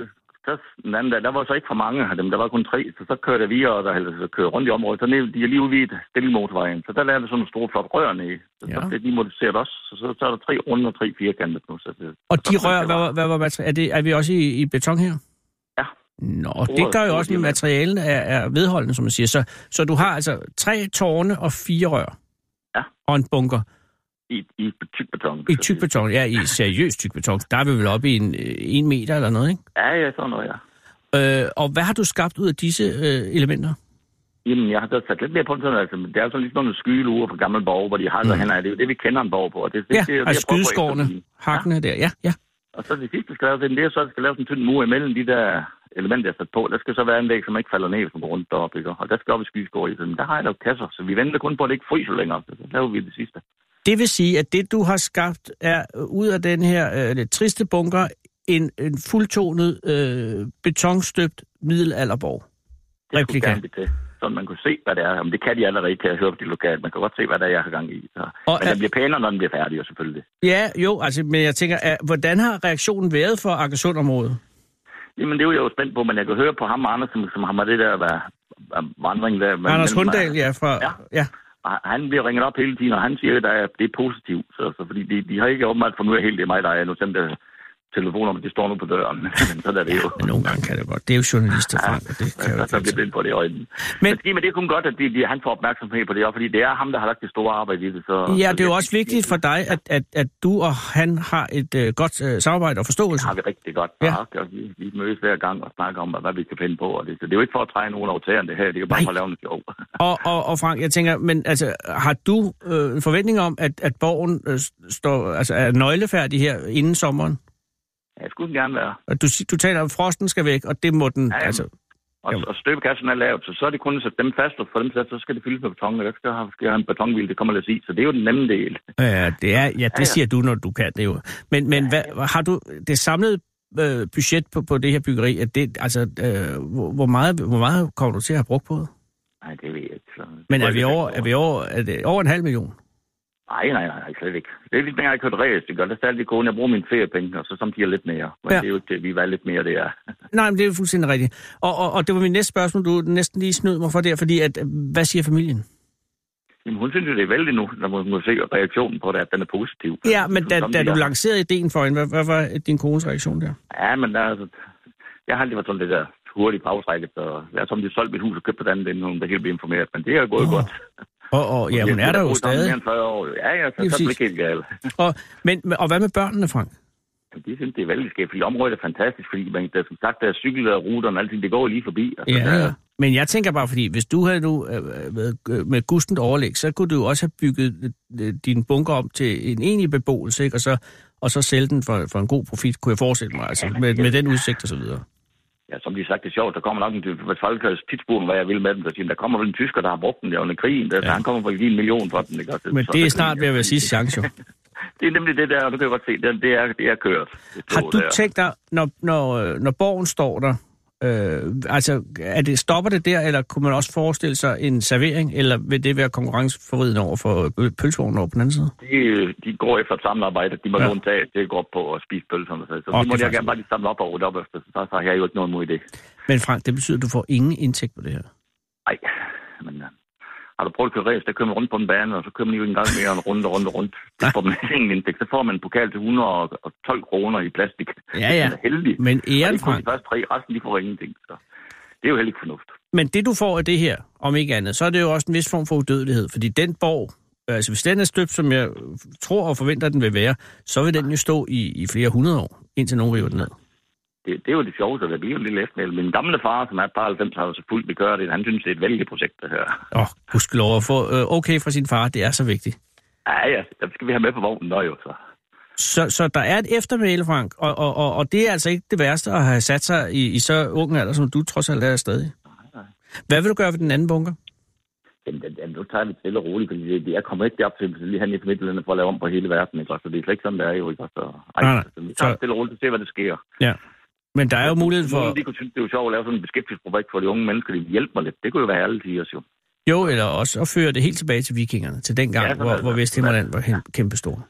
så, den anden dag, der var så ikke for mange af dem. Der var kun tre, så så kørte jeg videre, og der så kørte rundt i området. Så ned, de er lige udvidet Stilling-motorvejen. Så der lavede sådan nogle store, flotte rør ned. Så, ja. så det de modificeret også. Så, så, så er der tre runde og tre firkantet nu. Så det,
og de
så,
rør, hvad, var, hvad var materiale? Er, det, er vi også i, i beton her?
Ja.
Nå, det gør jo også, at materialen er, er vedholdende, som man siger. Så, så du har altså tre tårne og fire rør?
Ja.
Og en bunker?
I, i tyk beton.
I tyk beton, ja, i seriøs tyk beton. Der er vi vel oppe i en, en meter eller noget, ikke?
Ja, ja, sådan noget, ja.
Øh, og hvad har du skabt ud af disse øh, elementer?
Jamen, jeg har da sat lidt mere på sådan, altså, det er sådan lidt nogle skydelurer fra gamle borg, hvor de har mm. hen af. Det er jo det, vi kender en borg på. Og det, det,
ja,
det, det,
altså skydeskårene, hakkene ja. der, ja, ja.
Og så det sidste, skal lave, det er så, at skal lave sådan en tynd mur imellem de der elementer, jeg har sat på. Der skal så være en væg, som ikke falder ned, som går rundt deroppe, ikke? Og der skal op i skydeskår i. Så der har jeg lavet kasser, så vi venter kun på, at det ikke fryser længere. Så laver vi det sidste. Det
vil sige, at det, du har skabt, er ud af den her øh, lidt triste bunker, en, en fuldtonet, øh, betonstøbt middelalderborg. Replika. Det skulle sådan man kunne se, hvad det er. Men det kan de allerede, kan jeg høre på de lokale. Man kan godt se, hvad der er, jeg har gang i. Så. Og men er... den bliver pænere, når den bliver færdig, jo selvfølgelig. Ja, jo, altså, men jeg tænker, at, hvordan har reaktionen været for Akersund-området? Jamen, det er jo jeg jo spændt på, men jeg kan høre på ham og Anders, som, som har med det der hvad, vandring der. Men, Anders Hunddal, ja, fra... Ja. ja. Han bliver ringet op hele tiden, og han siger, at det er positivt. Så, så fordi de, de har ikke åbenbart fundet ud af helt, det er mig, der er nu sendt der telefonnummer, de står nu på døren. Men så er det jo. Ja, nogle gange kan det godt. Det er jo journalister, Frank, ja, og det kan ja, jo så bliver blind på det i øjnene. Men, men, men det er kun godt, at de, de, han får opmærksomhed på det, og fordi det er ham, der har lagt det store arbejde i det. Så, ja, så det er jo også vigtigt for dig, at, at, at du og han har et uh, godt uh, samarbejde og forståelse. Det har vi rigtig godt. Ja. Og vi, vi mødes hver gang og snakker om, hvad vi kan finde på. Og det, så det er jo ikke for at træne nogen over tæren, det her. Det er bare for at lave noget sjov. og, og, og Frank, jeg tænker, men altså, har du øh, en forventning om, at, at borgen øh, står, altså, er nøglefærdig her inden sommeren? Ja, det skulle den gerne være. Og du, du taler om, at frosten skal væk, og det må den... Ja, altså, og, og støbekassen er lavet, så, så er det kun at sætte dem fast, og for dem sat, så skal det fyldes med beton, og der skal have, skal have en betonhvile, det kommer lidt i, så det er jo den nemme del. Ja, det, er, ja, det ja, ja. siger du, når du kan det jo. Men, men ja, hvad, har du det samlede øh, budget på, på det her byggeri, at det, altså, øh, hvor, meget, hvor meget kommer du til at have brugt på det? Nej, det ved jeg ikke. Så, men er vi, over, er vi over, er det over en halv million? Nej, nej, nej, slet ikke. Det er lidt mere, jeg kørt ræs, det gør det stadig kun. Jeg bruger mine feriepenge, og så samtidig lidt mere. Men ja. Det er jo ikke, vi var lidt mere, det er. Nej, men det er jo fuldstændig rigtigt. Og, og, og det var min næste spørgsmål, du næsten lige snød mig for der, fordi at, hvad siger familien? Jamen, hun synes jo, det er vældig nu, når man må se reaktionen på det, at den er positiv. Ja, men da, da du lancerede ideen for hende, hvad, hvad var din kones reaktion der? Ja, men der, altså, jeg har aldrig været sådan det der hurtigt pausrækket, og jeg har som de solgt mit hus og købt på den anden, inden hun der helt blev informeret, men det er jo gået oh. godt. Og, og ja, hun er der jo stadig. Ja, ja, så, så bliver det helt galt. og, men, og hvad med børnene, Frank? Jamen, de synes, det er vældig skæft, fordi området er fantastisk, fordi man, der, som sagt, der er cykel og ruter og alting, det går lige forbi. Altså, ja, ja. Men jeg tænker bare, fordi hvis du havde nu øh, med gustent overlæg, så kunne du jo også have bygget øh, din bunker om til en egentlig beboelse, ikke? Og så, og så sælge den for, for en god profit, kunne jeg forestille mig, altså, ja, med, med den udsigt og så videre. Ja, som de sagt, det er sjovt, der kommer nok en folk tidsbogen, hvad jeg vil med dem, der siger, der kommer vel en tysker, der har brugt den der under krigen, der, ja. Han kommer for at give en million for den. Ikke? Så, men det er snart ved at være sidste chance, jo. Det er nemlig det der, og du kan jo godt se, det, det, er, det er kørt. Det har du der. Tænkt dig, når, når, når borgen står der, øh, altså, er det, stopper det der, eller kunne man også forestille sig en servering, eller vil det være konkurrenceforvridende over for pølsevognen over på den anden side? De, de går efter et samlearbejde, de må ja. Låne tage, det går op på at spise pølserne, så, så oh, det må jeg gerne bare lige samle op og rydde op efter, så, så har jeg jo ikke noget mod i det. Men Frank, det betyder, at du får ingen indtægt på det her? Nej, men ja. Har du prøvet at køre ræs, der kører man rundt på en bane, og så kører man jo en gang mere en runde, runde, rundt. Så får man ingen indtægt. Så får man en pokal til et hundrede og tolv kroner i plastik. Ja, ja. Det er heldig. Men æren, Frank. De første tre, resten de får ingenting. Så det er jo heller ikke fornuft. Men det, du får af det her, om ikke andet, så er det jo også en vis form for udødelighed. Fordi den borg, altså hvis den er støbt, som jeg tror og forventer, den vil være, så vil den jo stå i, i flere hundrede år, indtil nogen river den ned. Det, det er jo det sjoveste, der bliver jo lidt efter. Min gamle far, som er et par halvfems, har så fuldt det gør det. Han synes, det er et vældigt projekt, det her. Åh, oh, gudskelov at få øh, okay fra sin far, det er så vigtigt. Ja, ja, det skal vi have med på vognen, der jo så. Så, så der er et eftermæle, Frank, og, og, og, og det er altså ikke det værste at have sat sig i, i så ung alder, som du trods alt er stadig. Nej, nej. Hvad vil du gøre ved den anden bunker? Jamen, jamen nu tager vi det stille og roligt, fordi det, jeg kommer ikke op til lige hen i familien for at lave om på hele verden, ikke? Så det er slet ikke sådan, det er jo, ikke? Så, ej, nej, nej. Så vi tager så... stille og roligt og se, hvad det sker. Ja. Men der er jo mulighed for... De kunne synes, det er jo sjovt at lave sådan en beskæftigelsesprojekt for de unge mennesker, de hjælper mig lidt. Det kunne jo være alle de jo. Jo, eller også at føre det helt tilbage til vikingerne, til den gang, ja, hvor, hvor Vesthimmerland var kæmpestor.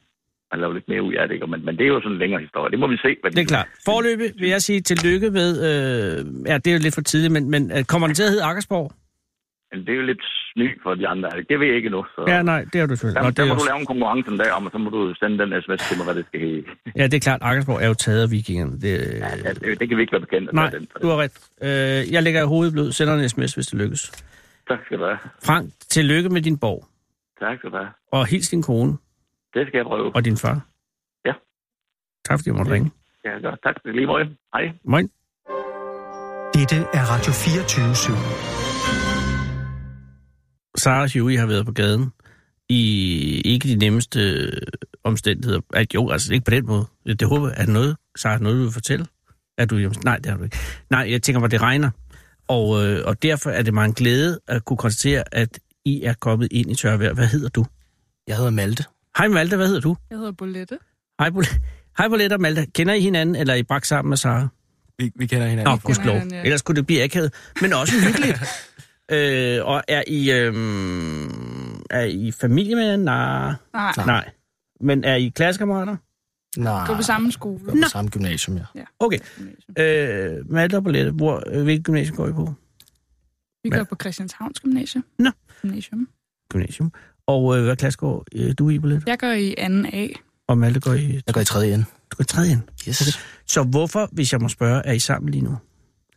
man laver lidt mere ud af det, ikke? Men, men det er jo sådan en længere historie. Det må vi se. Hvad
det er klart. Forløbig vil jeg sige tillykke med, øh, ja, det er jo lidt for tidligt, men, men kommer den til at hedde Aggersborg?
Men det er jo lidt ny for de andre. Det ved jeg ikke endnu. Så...
Ja, nej, det har du selvfølgelig.
Der,
Nå,
der må
også...
du lave en konkurrence en dag om, og så må du sende den sms til mig, hvad det skal hedde.
Ja, det er klart. Aggersborg er jo taget af vikingerne. Det,
ja, det, det kan vi ikke være bekendt.
Nej,
den,
du har ret. Øh, jeg lægger i hovedet blød, sender en sms, hvis det lykkes.
Tak skal du have.
Frank, tillykke med din borg.
Tak skal du have.
Og hils din kone.
Det skal jeg prøve.
Og din far.
Ja.
Tak fordi jeg måtte ringe.
Ja, godt. Tak for det lige måde. Hej.
Moin.
Dette er Radio fireogtyve syv.
Sarah og Huey har været på gaden i ikke de nemmeste omstændigheder. At, jo, altså ikke på den måde. Det håber jeg. Er det noget, Sarah, noget du vil fortælle? Er du hjemme? Nej, det har du ikke. Nej, jeg tænker mig, det regner. Og, øh, og derfor er det mig en glæde at kunne konstatere, at I er kommet ind i tørvejr. Hvad hedder du?
Jeg hedder Malte.
Hej Malte, hvad hedder du?
Jeg hedder Bolette.
Hej Bolette. Hej Bolette og Malte. Kender I hinanden, eller er I bragt sammen med Sarah?
Vi, vi kender hinanden.
Nå, gudskelov. Ja. Ellers kunne det blive akavet. Men også hyggeligt. øh, og er I, øh, er I familie med hinanden? Nej.
Nej.
Nej. Men er I klassekammerater?
Nej.
Går på samme skole.
Går på samme gymnasium, ja.
ja.
Okay. Øh, Malte og Bolette, hvor, hvilket gymnasium går I på?
Vi går på Christianshavns Gymnasium.
Nå.
Gymnasium.
Gymnasium. Og øh, hvad klasse går øh, du i, Bolette?
Jeg går i anden A.
Og Malte går i...
Jeg går i tredje N.
Du går i tredje N?
Yes.
Okay. Så hvorfor, hvis jeg må spørge, er I sammen lige nu?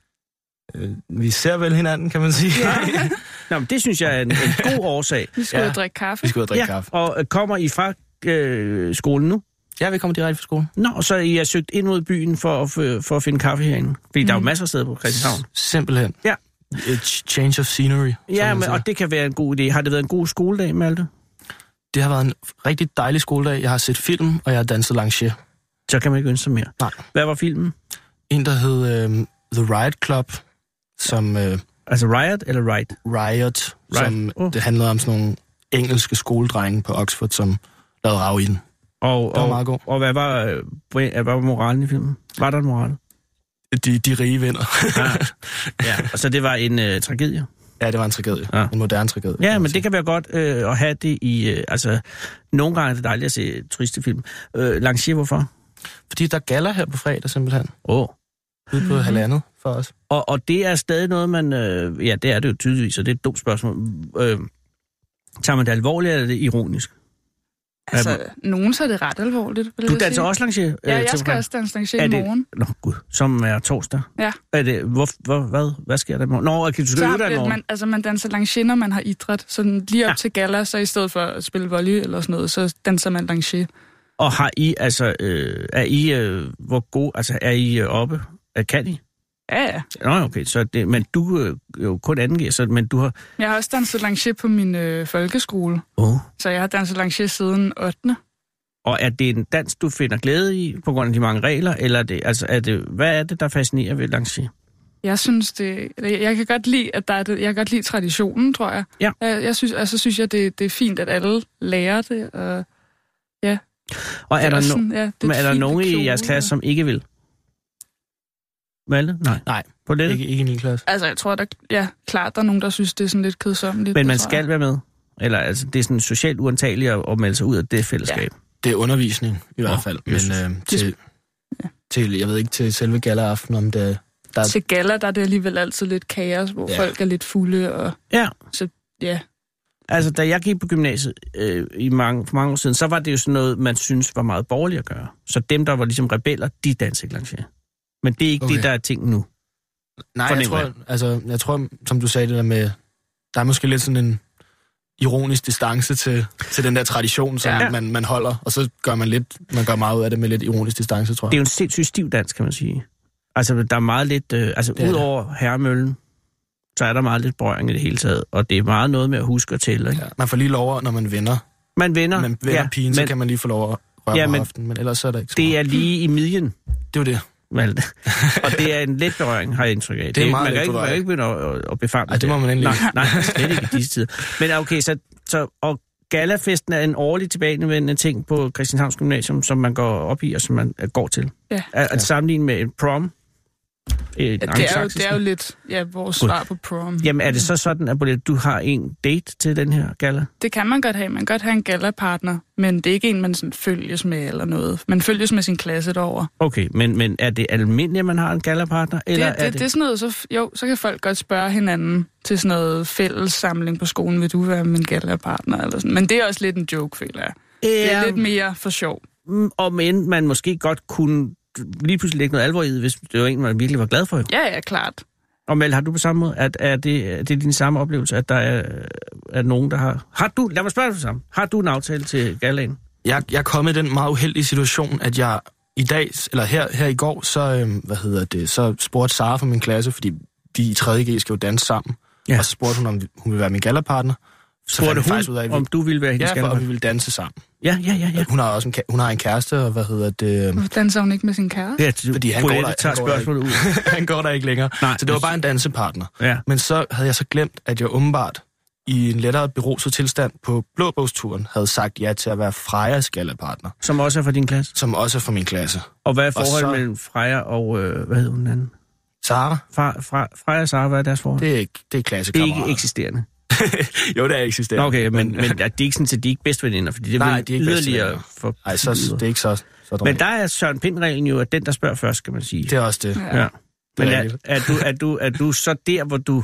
Øh, vi ser vel hinanden, kan man sige.
Ja.
Nå, men det synes jeg er en, en god årsag.
Vi skal ja. ud og drikke kaffe.
Vi skal ud og drikke
ja.
kaffe.
Og øh, kommer I fra øh, skolen nu?
Ja, vi kommer direkte fra skolen.
Nå, og så I har søgt ind mod byen for at, for at finde kaffe herinde? Fordi mm. der er jo masser af steder på Christianshavn.
Simpelthen.
Ja.
A change of scenery.
Ja, men, og det kan være en god idé. Har det været en god skoledag, Malte?
Det har været en rigtig dejlig skoledag. Jeg har set film, og jeg har danset lancier.
Så kan man ikke ønske sig mere.
Nej.
Hvad var filmen?
En, der hed øh, The Riot Club, som... Øh,
altså Riot eller Riot?
Riot, Riot. som
Oh.
det handlede om sådan nogle engelske skoledrenge på Oxford, som lavede rav i den.
Og,
det var
og,
meget god.
Og hvad var, øh, hvad var moralen i filmen? Var der en moral?
De, de rige vinder.
ja. ja, og så det var en øh, tragedie?
Ja, det var en tragedie. Ja. En moderne tragedie.
Ja, men det kan være godt øh, at have det i... Øh, altså, nogle gange er det dejligt at se triste film. Øh, Lancier, hvorfor?
Fordi der er galler her på fredag, simpelthen.
Åh. Oh.
Ude på mm-hmm. halvandet for os.
Og, og det er stadig noget, man... Øh, ja, det er det jo tydeligvis, og det er et dumt spørgsmål. Øh, tager man det alvorligt, eller er det ironisk?
Altså, nogen så er det ret alvorligt.
Du danser også Lancier?
Ja, jeg skal også danse Lancier i morgen.
Nå, gud. Som er torsdag?
Ja.
Er det... Hvor, hvor, hvad, hvad sker der i morgen? Nå, kan du skal øve dig i morgen?
Man, altså, man danser Lancier, når man har idræt. Så lige op ja. til gala, så i stedet for at spille volley eller sådan noget, så danser man Lancier.
Og har I, altså... Øh, er I... Øh, hvor gode... Altså, er I øh, oppe? Er, kan I?
Ja, ja.
Nå, okay. Så det, men du er øh, jo kun anden gear, så... Men du har...
Jeg har også danset Lancier på min øh, folkeskole.
Oh.
Så jeg har danset Lancier siden ottende
Og er det en dans, du finder glæde i, på grund af de mange regler, eller er det, altså, er det, hvad er det, der fascinerer ved Lancier?
Jeg synes det... Jeg kan godt lide, at der er det, jeg kan godt lide traditionen, tror jeg.
Ja.
Jeg, jeg synes, altså synes jeg, det, det er fint, at alle lærer det, og ja.
Og er, er der,
sådan,
no-
ja,
men er der nogen i jeres klasse, som ikke vil? Malte? Nej.
Nej,
på det?
Ikke, ikke i min klasse.
Altså, jeg tror, der, ja, klart, der er nogen, der synes, det er sådan lidt kedsommeligt.
Men man skal være med? Eller altså, det er sådan socialt uantageligt at, at melde sig ud af det fællesskab?
Ja.
Det er undervisning, i hvert fald. Men øh, til, ja. til, jeg ved ikke, til selve gala-aften, om det... Der...
Til gala, der er det alligevel altid lidt kaos, hvor ja. folk er lidt fulde, og...
Ja.
Så, ja.
Altså, da jeg gik på gymnasiet øh, i mange, for mange år siden, så var det jo sådan noget, man synes var meget borgerligt at gøre. Så dem, der var ligesom rebeller, de dansede ikke Lancier. Men det er ikke okay. det, der er ting nu.
Nej, jeg tror, altså, jeg tror, som du sagde det der med, der er måske lidt sådan en ironisk distance til, til den der tradition, som ja. man, man holder, og så gør man lidt, man gør meget ud af det med lidt ironisk distance, tror jeg.
Det er jo en sindssygt stiv dans, kan man sige. Altså, der er meget lidt, øh, altså udover herremøllen, så er der meget lidt brøring i det hele taget, og det er meget noget med at huske at tælle, ikke?
Ja, man får lige lov, når man vinder.
Man vinder,
man vinder
ja,
pigen,
men,
så kan man lige få lov at røre
ja,
på
men,
hoften, men ellers så er der ikke så
det
meget.
er lige i midjen.
Det er jo det.
Malte. Og det er en let berøring, har jeg indtryk af.
Det er det, meget
man kan
let
ikke, man kan ikke begynde at, at befamle
det. det må man endelig
ikke. Nej, nej, slet ikke i disse tider. Men okay, så, så og galafesten er en årlig tilbagevendende ting på Christianshavns Gymnasium, som man går op i, og som man går til.
Ja.
At, at sammenligne med en prom? Øh,
ja, det, er jo, det er jo lidt ja, vores svar på prom.
Jamen er det så sådan, at du har en date til den her galla?
Det kan man godt have. Man kan godt have en galla-partner, men det er ikke en, man sådan følges med eller noget. Man følges med sin klasse derovre.
Okay, men, men er det almindeligt, at man har en galla-partner? Eller
det, det,
er det...
det er sådan noget, så, jo, så kan folk godt spørge hinanden til sådan noget fællessamling på skolen. Vil du være min galla-partner? Eller sådan. Men det er også lidt en joke, føler jeg. Ja. Det er lidt mere for sjov.
Og men man måske godt kunne lige pludselig lægge noget alvor i, hvis det var en, man virkelig var glad for. Jo.
Ja, ja, klart.
Og Mel, har du på samme måde, at er det, er det din samme oplevelse, at der er, er nogen, der har... Har du, lad mig spørge dig for sammen. Har du en aftale til gallaen?
Jeg, jeg er kommet i den meget uheldige situation, at jeg i dag, eller her, her i går, så, øhm, hvad hedder det, så spurgte Sara fra min klasse, fordi vi i tredje G skal jo danse sammen, ja. Og så spurgte hun, om hun ville være min gallapartner. Så
spurgte hun, ud af, vi... om du ville være hendes
ja,
gallapartner?
Ja, og vi ville danse sammen.
Ja, ja, ja, ja.
Hun har også en, hun har en kæreste, og hvad hedder det...
Hvorfor danser hun ikke med sin kæreste?
Ja, du,
fordi han går, der,
tager spørgsmålet ud.
Han går der ikke længere. Nej, så det var bare en dansepartner.
Ja.
Men så havde jeg så glemt, at jeg åbenbart i en lettere beruset tilstand på Blåbogsturen havde sagt ja til at være Frejas gallapartner.
Som også er fra din klasse?
Som også er fra min klasse.
Og hvad er forholdet så... mellem Freja og, øh, hvad hedder hun anden?
Sara.
Fra, fra, Freja og Sara, hvad er deres forhold?
Det er, det er klassekammerater.
Det er ikke eksisterende?
Jo, det er eksisterende.
Okay, men, men det er ikke sådan, at de er ikke bedste veninder, fordi det
Nej,
vil
de er ikke
yderligere for...
Nej, så det er ikke så... så
men der er Søren Pind-reglen jo, at den, der spørger først, kan man sige.
Det er også det.
Ja. Ja. Men er, er, du, er, du, er du så der, hvor du...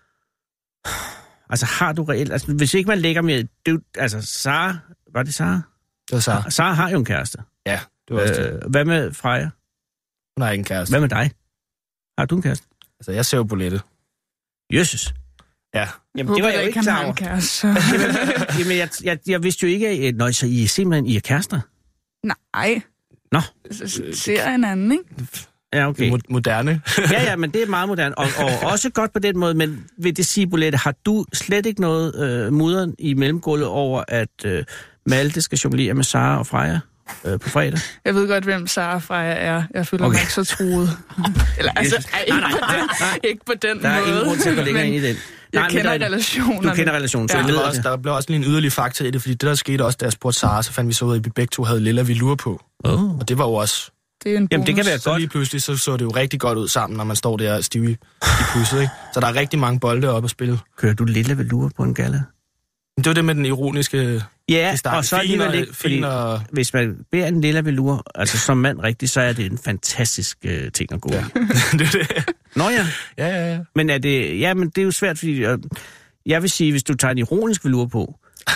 Altså, har du reelt... Altså, hvis ikke man lægger med... Det, altså, Sara... Var det Sara?
Det var Sara.
Sara har jo en kæreste.
Ja, det var også
øh,
det.
Hvad med Freja?
Hun har ikke en kæreste.
Hvad med dig? Har du en kæreste?
Altså, jeg ser jo Bolette.
Jøsses.
Ja.
Jamen, det var jeg jo ikke klar over. Jamen, jamen jeg, jeg, jeg vidste jo ikke, at nøj, så I er simpelthen I er kærester?
Nej.
Nå.
Ser en anden, ikke?
Ja, okay.
Mo- moderne.
ja, ja, men det er meget moderne. Og, og også godt på den måde, men vil det sige, Bolette, har du slet ikke noget øh, mudder i mellemgulvet over, at øh, Malte skal jonglere med Sara og Freja øh, på fredag?
Jeg ved godt, hvem Sara og Freja er. Jeg føler okay. mig ikke så truet. Eller altså, ej, ikke, nej, nej, nej, nej. ikke på den
der
måde.
Der er ingen grund til at gå længere ind i den.
Jeg
nej,
kender
der,
relationerne.
Du kender relationen, så
ja,
jeg ved
også, der blev også lige en yderlig fakta i det, fordi det der skete også, da jeg spurgte Sara, så fandt vi så ud af, at vi begge to havde lilla velure på.
Oh.
Og det var jo også...
Det er en bonus.
Jamen, det kan være
så
godt.
Lige pludselig så, så det jo rigtig godt ud sammen, når man står der stiv i, i pudset, ikke? Så der er rigtig mange bolde op at spille.
Kører du lilla velure på en galla?
Det var det med den ironiske...
Ja, og så alligevel ikke, fordi
og...
hvis man bærer en lilla velure, altså som mand rigtig, så er det en fantastisk uh, ting at gå
ja. det er det.
Nå ja.
Ja, ja, ja.
Men er det... Ja, men det er jo svært, fordi... Uh, jeg vil sige, hvis du tager en ironisk velure på,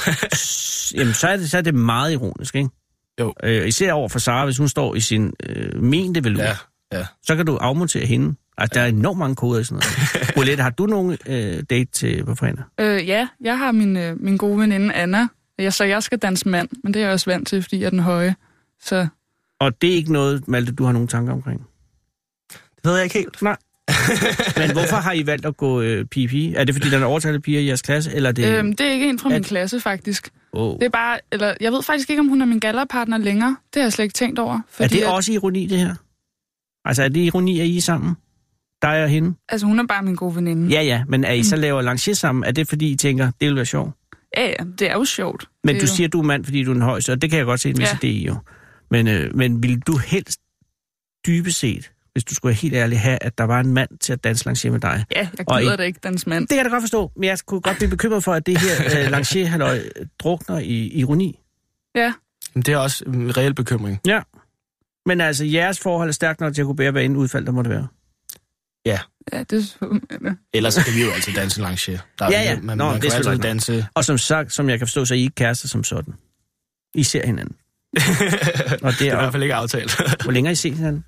jamen, så er, det, så er det meget ironisk, ikke?
Jo.
Øh, især over for Sara, hvis hun står i sin øh, mente velure,
ja, ja.
så kan du afmontere hende. Altså, ja. Der er enormt mange koder i sådan noget. Bolette, har du nogen øh, date til på fredag?
Øh, ja, jeg har min, øh, min gode veninde Anna. Jeg, så jeg skal danse mand, men det er jeg også vant til, fordi jeg er den høje. Så...
Og det er ikke noget, Malte, du har nogen tanker omkring?
Det ved jeg ikke helt.
Nej. Men hvorfor har I valgt at gå øh, pige-pige? Er det, fordi der er overtalte piger i jeres klasse? Eller det...
Øhm, det er ikke en fra
at...
min klasse, faktisk.
Oh.
Det er bare... Eller, jeg ved faktisk ikke, om hun er min gallerpartner længere. Det har jeg slet ikke tænkt over.
Fordi er det
at...
også ironi, det her? Altså, er det ironi, at I er sammen? Dig og hende?
Altså, hun er bare min gode veninde.
Ja, ja. Men er I så laver lancier sammen? Er det, fordi I tænker, det vil være sjovt?
Ja, ja. Det er jo sjovt.
Men du
jo...
siger, du er mand, fordi du er den højeste, og det kan jeg godt se en masse ja. Det i jo. Men, øh, men vil du helst dybest set, hvis du skulle være helt ærlig, have, at der var en mand til at danse lancier med dig?
Ja, jeg gider det ikke, danse mand.
Det kan jeg da godt forstå, men jeg kunne godt blive bekymret for, at det her øh, lancier-halløj drukner i ironi.
Ja.
Men det er også en reel bekymring.
Ja. Men altså, jeres forhold er stærkt nok til at kunne bære, hvad inden udfald der måtte være.
Ja.
Ja, det er så...
Ellers kan vi jo altid danse lancier. Der er
ja, ja.
Man,
Nå,
man
det
kan altid danse.
Og som sagt, som jeg kan forstå, så er I ikke kærester som sådan. I ser hinanden.
Og det er, det er i hvert fald ikke aftalt.
Hvor længe har I set hinanden?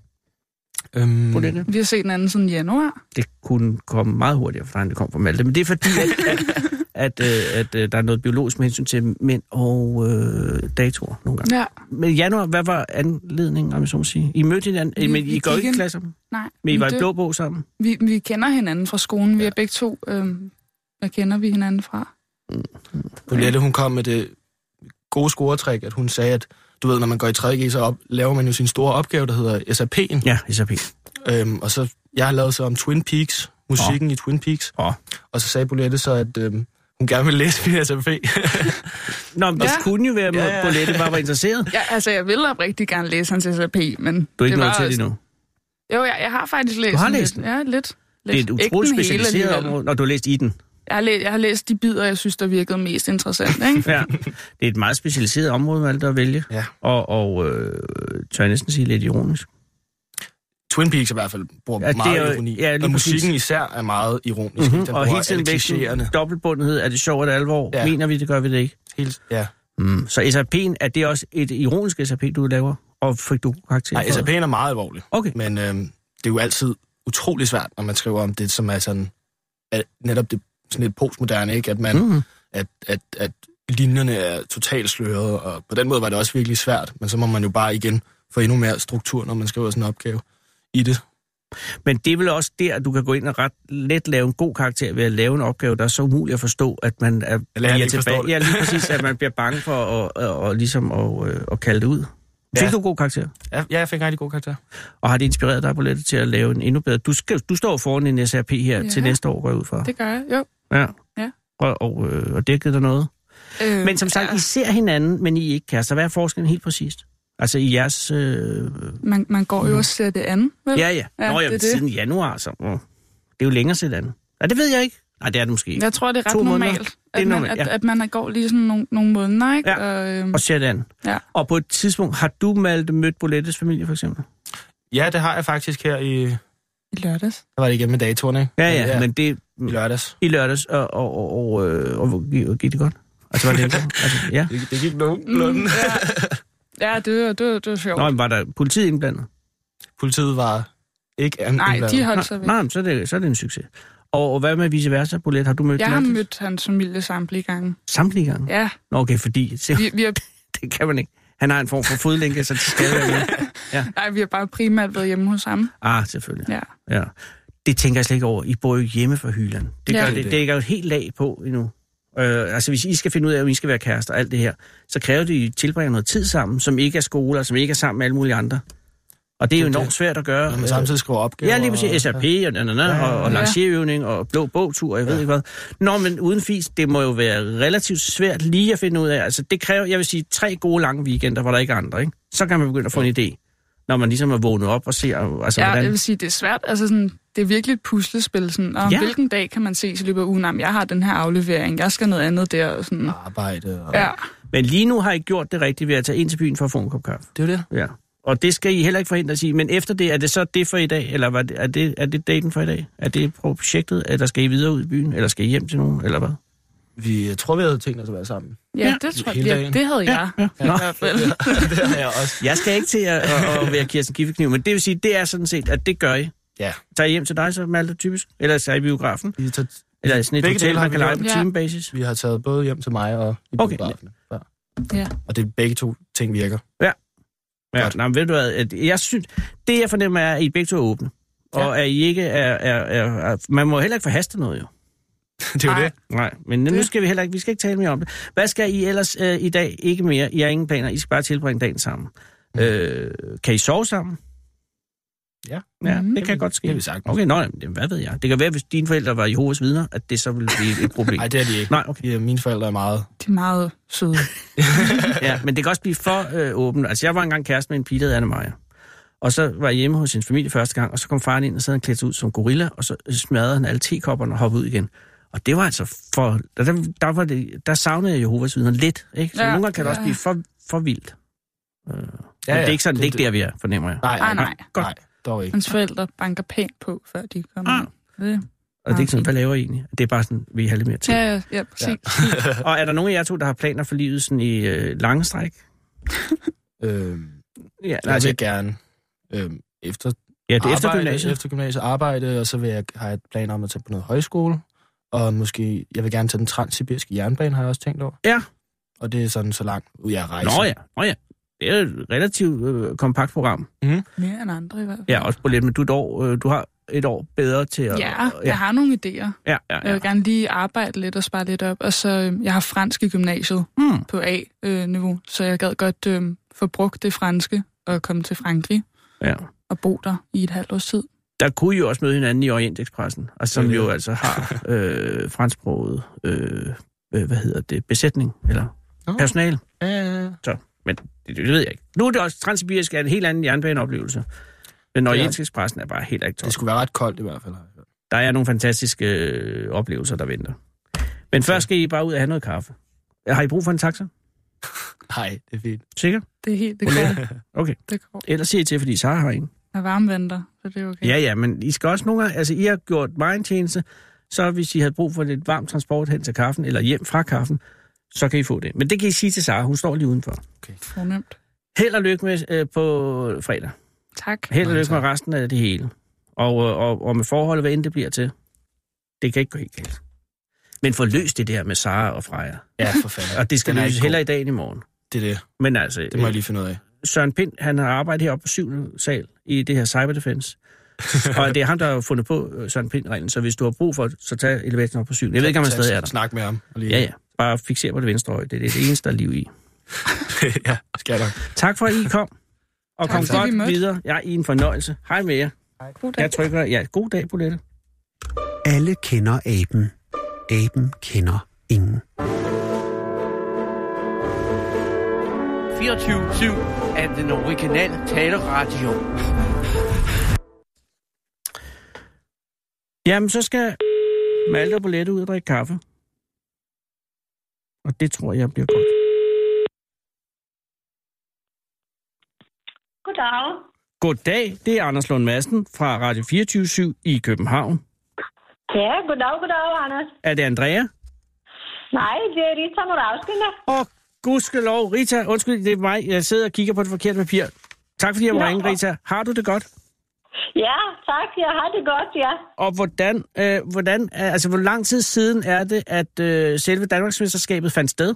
Øhm...
Vi har set hinanden siden januar.
Det kunne komme meget hurtigere, for det kom fra Malte. Men det er fordi, at, at, at, at, at der er noget biologisk med hensyn til mænd og øh, datorer nogle gange.
Ja.
Men januar, hvad var anledningen, om jeg så må sige? I mødte hinanden, vi, men I går ikke i klasse sammen?
Nej.
Men I var
det,
i blå bog sammen?
Vi, vi kender hinanden fra skolen. Vi er begge to... Øh, hvad kender vi hinanden fra?
Bolette, hun kom med det gode scoretræk, at hun sagde, at du ved, når man går i tredje G, så op, laver man jo sin store opgave, der hedder S A P'en.
Ja, S A P.
Øhm, og så, jeg har lavet så om Twin Peaks, musikken oh. i Twin Peaks.
Oh.
Og så sagde Bolette så, at øhm, hun gerne ville læse min S A P.
Nå, men det ja. kunne jo være, at ja, ja. Bolette bare var interesseret.
Ja, altså, jeg ville oprigtigt gerne læse hans S A P, men...
Du er ikke
nået
til det endnu?
Jo, jeg, jeg har faktisk læst
Du har
den
læst
lidt.
den?
Ja, lidt. lidt.
Det er et utroligt specialiseret område, når du har læst i den.
Jeg har, læst, jeg har læst de bidder, jeg synes, der virkede mest interessant, ikke?
Ja, det er et meget specialiseret område, man at vælge.
Ja.
Og, og øh, tør jeg næsten sige lidt ironisk.
Twin Peaks i hvert fald bruger
Ja,
meget
det er,
ironi.
ja,
og musikken
præcis.
især er meget ironisk.
Mm-hmm.
Den
Og hele tiden
væk
dobbeltbundethed. Er det sjovt, er det alvor?
Ja.
Mener vi det, gør vi det ikke?
Helt, ja.
Mm. Så S R P'en, er det også et ironisk S R P, du laver? Og fik du karakter?
Nej, S R P'en er meget alvorlig.
Okay.
Men øhm, det er jo altid utrolig svært, når man skriver om det, som er sådan, at netop det sådan lidt postmoderne, ikke? At, man, mm. at, at, at linjerne er totalt sløret, og på den måde var det også virkelig svært, men så må man jo bare igen få endnu mere struktur, når man skriver sådan en opgave i det.
Men det er vel også der, at du kan gå ind og ret let lave en god karakter ved at lave en opgave, der er så umulig at forstå, at man er bliver tilbage. Ja, lige præcis, at man bliver bange for at, at, at, ligesom at, at kalde det ud. Fik
Ja.
du en god karakter?
Ja, jeg fik en rigtig god karakter.
Og har det inspireret dig på lidt til at lave en endnu bedre? Du, skal, du står foran en S R P her
Ja.
til næste år, går jeg ud fra.
Det gør jeg, jo.
Ja.
Ja.
Og, og, øh, og det har givet dig noget.
Øh,
Men som sagt,
ja.
I ser hinanden, men I er ikke kærester. Hvad er forskellen helt præcist? Altså i jeres... Øh...
Man, man går jo også til det andet, vel?
Ja, ja.
Ja,
Nå,
det
jeg
er det.
siden januar, så... Åh. Det er jo længere siden. Ja, det ved jeg ikke. Nej, det er det måske ikke.
Jeg tror, det er ret
To måneder.
normalt, at,
er
man,
normalt,
at,
ja.
at man går lige sådan nogle, nogle måneder, ikke?
Ja.
Og, øhm,
Og ser det an.
ja.
Og på et tidspunkt, har du Malte mødt Bolettes familie, for eksempel?
Ja, det har jeg faktisk her i...
I lørdags.
Der var det igen med datoren, ikke?
Ja, ja, ja. Men det...
I lørdags.
I lørdags, og, og, og, og, øh, og, og gik det godt? Altså, var det altså, ja.
Det, det gik nogenlunde.
Mm, ja. ja, det var, det var, det var sjovt.
Nå, men var der politiet indblandet?
Politiet var ikke an-
Nej,
indblandet.
de holdt sig væk.
Nej, så er, det, så er det en succes. Og, og hvad med vice versa, Bolette? Har du mødt
Jeg har
Malte?
mødt hans familie samtlige gange.
Samtlige gange?
Ja.
Nå, okay, fordi... Se,
Vi, vi har,
det kan man ikke. Han har en form for fodlænke, så det skal være med. Ja.
nej, vi har bare primært været hjemme hos ham.
Ah, selvfølgelig.
Ja.
Ja. Det tænker jeg slet ikke over. I bor jo hjemme for Hyland. Det,
Ja.
gør, det, det er jo et helt lag på endnu. Øh, altså, hvis I skal finde ud af, om I skal være kærester og alt det her, så kræver det, at I tilbringer noget tid sammen, som ikke er skole, og som ikke er sammen med alle mulige andre. Og det er jo enormt svært at gøre.
Når man samtidig skriver opgaver.
Ja, lige præcis. S R P og, og, og, og, og lancerøvning og blå bogtur, og jeg ved
Ja.
ikke hvad. Nå, men uden fis, det må jo være relativt svært lige at finde ud af. Altså, det kræver, jeg vil sige, tre gode lange weekender, hvor der ikke er andre, ikke? Så kan man begynde at få en idé, når man ligesom er vågnet op og ser, altså,
Ja,
hvordan...
jeg vil sige, det er svært. Altså sådan, det er virkelig et puslespil. Sådan, om
Ja.
hvilken dag kan man ses i løbet af ugen? Jamen, jeg har den her aflevering, jeg skal noget andet der. Og sådan.
Arbejde. Og...
Ja.
Men lige nu har I gjort det rigtigt ved at tage ind til byen for at få en kop kaffe.
Det er jo det.
Ja. Og det skal I heller ikke forhindre sig i. Men efter det, er det så det for i dag? Eller var det, er, det, er det daten for i dag? Er det projektet? Eller skal I videre ud i byen? Eller skal I hjem til nogen? Eller hvad?
Vi jeg tror, vi havde tænkt os at være sammen.
Ja,
Ja.
det tror
Hele
jeg.
dagen.
Ja, det havde jeg.
Ja.
I hvert fald.
Det har jeg også.
Jeg skal ikke til at, at, at være Kirsten Giffekniv, men det vil sige, det er sådan set, at det gør I.
Ja.
Tager I hjem til dig så, Malte, typisk? Eller så er I i biografen?
Vi har, taget,
Eller er sådan et
Begge
hotel,
dele har
man
vi
kan lege
gjort.
på
Ja.
timebasis?
vi har taget både hjem til mig og i
Okay.
biografen. Ja.
Ja.
Og det er begge to ting virker.
Ja,
Godt.
nej, men ved du hvad, at jeg synes, det jeg fornemmer er, at I begge to er åbne. Og
Ja.
at I ikke er, er, er, er... Man må heller ikke forhaste noget, jo.
Det er jo
Nej.
det.
Nej, men nu
Det-
skal vi heller ikke, vi skal ikke tale mere om det. Hvad skal I ellers øh, i dag? Ikke mere. I har ingen planer. I skal bare tilbringe dagen sammen. Mm. Øh, kan I sove sammen?
Ja.
Ja,
Mhm.
det kan godt ske.
Det har vi sagt.
Okay, nå, jamen, hvad ved jeg? Det kan være, hvis dine forældre var Jehovas vidner, at det så ville blive et problem.
Nej, det er de ikke.
Nej, okay.
Ja, mine forældre er meget...
De er meget søde.
Ja, men det kan også blive for øh, åbent. Altså, jeg var engang kæreste med en pige, der hed Anne Maja. Og så var jeg hjemme hos sin familie første gang, og så kom faren ind og sad og klædte sig ud som gorilla, og så smadrede han alle tekopperne og hoppede ud igen. Og det var altså for... Der, der, var det, der savnede jeg Jehovas vidner lidt, ikke? Så
Ja,
nogle gange kan det
ja.
også blive for, for vildt. Øh, ja,
Ja,
men det er
ja.
ikke sådan, det,
Det-
det er ikke der, vi er, fornemmer jeg.
Nej,
Nej, nej.
Godt.
Nej, dog ikke.
Hans forældre banker pænt på, før de kommer.
Ah.
Ah. Det.
Og det er ikke sådan, hvad laver I egentlig? Det er bare sådan, vi har lidt mere til.
Ja, ja, ja, præcis. Ja.
Og er der nogen af jer to, der har planer for livet sådan i øh, lange stræk?
Øhm,
Ja,
jeg
altså,
vil gerne øhm, efter,
ja, det er efter
arbejde,
gymnasiet.
efter gymnasiet arbejde, og så vil jeg, har jeg planer om at tage på noget højskole. Og måske, jeg vil gerne tage den transsibiriske jernbane, har jeg også tænkt over.
Ja.
Og det er sådan så langt ud jeg rejser.
Nå ja, nå ja. Det er et relativt øh, kompakt program.
Mere end andre i hvert fald.
Ja, også på lidt, men du, er et år, øh, du har et år bedre til at...
Ja, jeg har nogle idéer.
Ja, ja,
Jeg
ja.
vil gerne lige arbejde lidt og spare lidt op. Og så, øh, jeg har fransk i gymnasiet
Hmm.
på A-niveau, så jeg gad godt øh, få brugt det franske og komme til Frankrig
ja.
og bo der i et halvt års tid.
Der kunne I jo også møde hinanden i Orientekspressen, og som
Ja,
jo
ja.
altså har øh, fransksproget, øh, øh, hvad hedder det, besætning, eller
Nå.
personale.
Ja, ja, ja.
Så, men det, det ved jeg ikke. Nu er det også, transsibirisk er en helt anden jernbaneoplevelse. Den Orientalske Expressen er bare helt ikke top.
Det skulle være ret koldt i hvert fald.
Der er nogle fantastiske øh, oplevelser, der venter. Men først skal I bare ud og have noget kaffe. Har I brug for en taxa?
Nej, det er fint.
Sikker?
Det er helt, det går.
Okay.
Det går.
Ellers siger I til, fordi Sara har en.
Jeg er varmventer, så det er okay.
Ja, ja, men I skal også nogle gange... Altså, I har gjort mig en tjeneste, så hvis I havde brug for lidt varm transport hen til kaffen, eller hjem fra kaffen, så kan I få det. Men det kan I sige til Sara, hun står lige udenfor.
Okay. Fornemt.
Held og lykke med øh, på fredag.
Tak.
Held og lykke med resten af det hele. Og, og, og med forholdet, hvad end det bliver til. Det kan ikke gå helt galt. Men få løst det der med Sara og Freja.
Ja, for fanden.
Og det skal løses heller i dag end i morgen.
Det er det.
Men altså...
Det må jeg lige finde ud af.
Søren Pind, han har arbejdet heroppe på syvende sal i det her cyberdefense. Og det er ham, der har fundet på Søren Pind-reglen, så hvis du har brug for det, så tag elevatoren op på syvende. Jeg ved ikke, om han stadig er der.
Snak med ham.
Lige... Ja, ja. Bare fixer på det venstre øje. Det er det eneste, der er liv i.
Ja, skal jeg nok.
Tak for, at I kom. Og tak, kom godt videre. Jeg er i en fornøjelse. Hej med jer.
God dag.
Jeg trykker... Ja, god dag, Bolette.
Alle kender aben. Aben kender ingen.
fireogtyve syv er den originale taleradio.
Jamen, så skal Malte og Bolette ud og drikke kaffe. Og det tror jeg bliver godt.
Goddag.
Goddag, det er Anders Lund Madsen fra Radio fireogtyve syv i København.
Ja, goddag, goddag, Anders.
Er det Andrea?
Nej, det er Rita Moravskina.
Åh, gudskelov. Rita, undskyld, det er mig. Jeg sidder og kigger på det forkerte papir. Tak fordi jeg må ja. ringe, Rita. Har du det godt?
Ja, tak. Jeg har det godt, ja.
Og hvordan, øh, hvordan altså hvor lang tid siden er det, at øh, selve Danmarksmesterskabet fandt sted?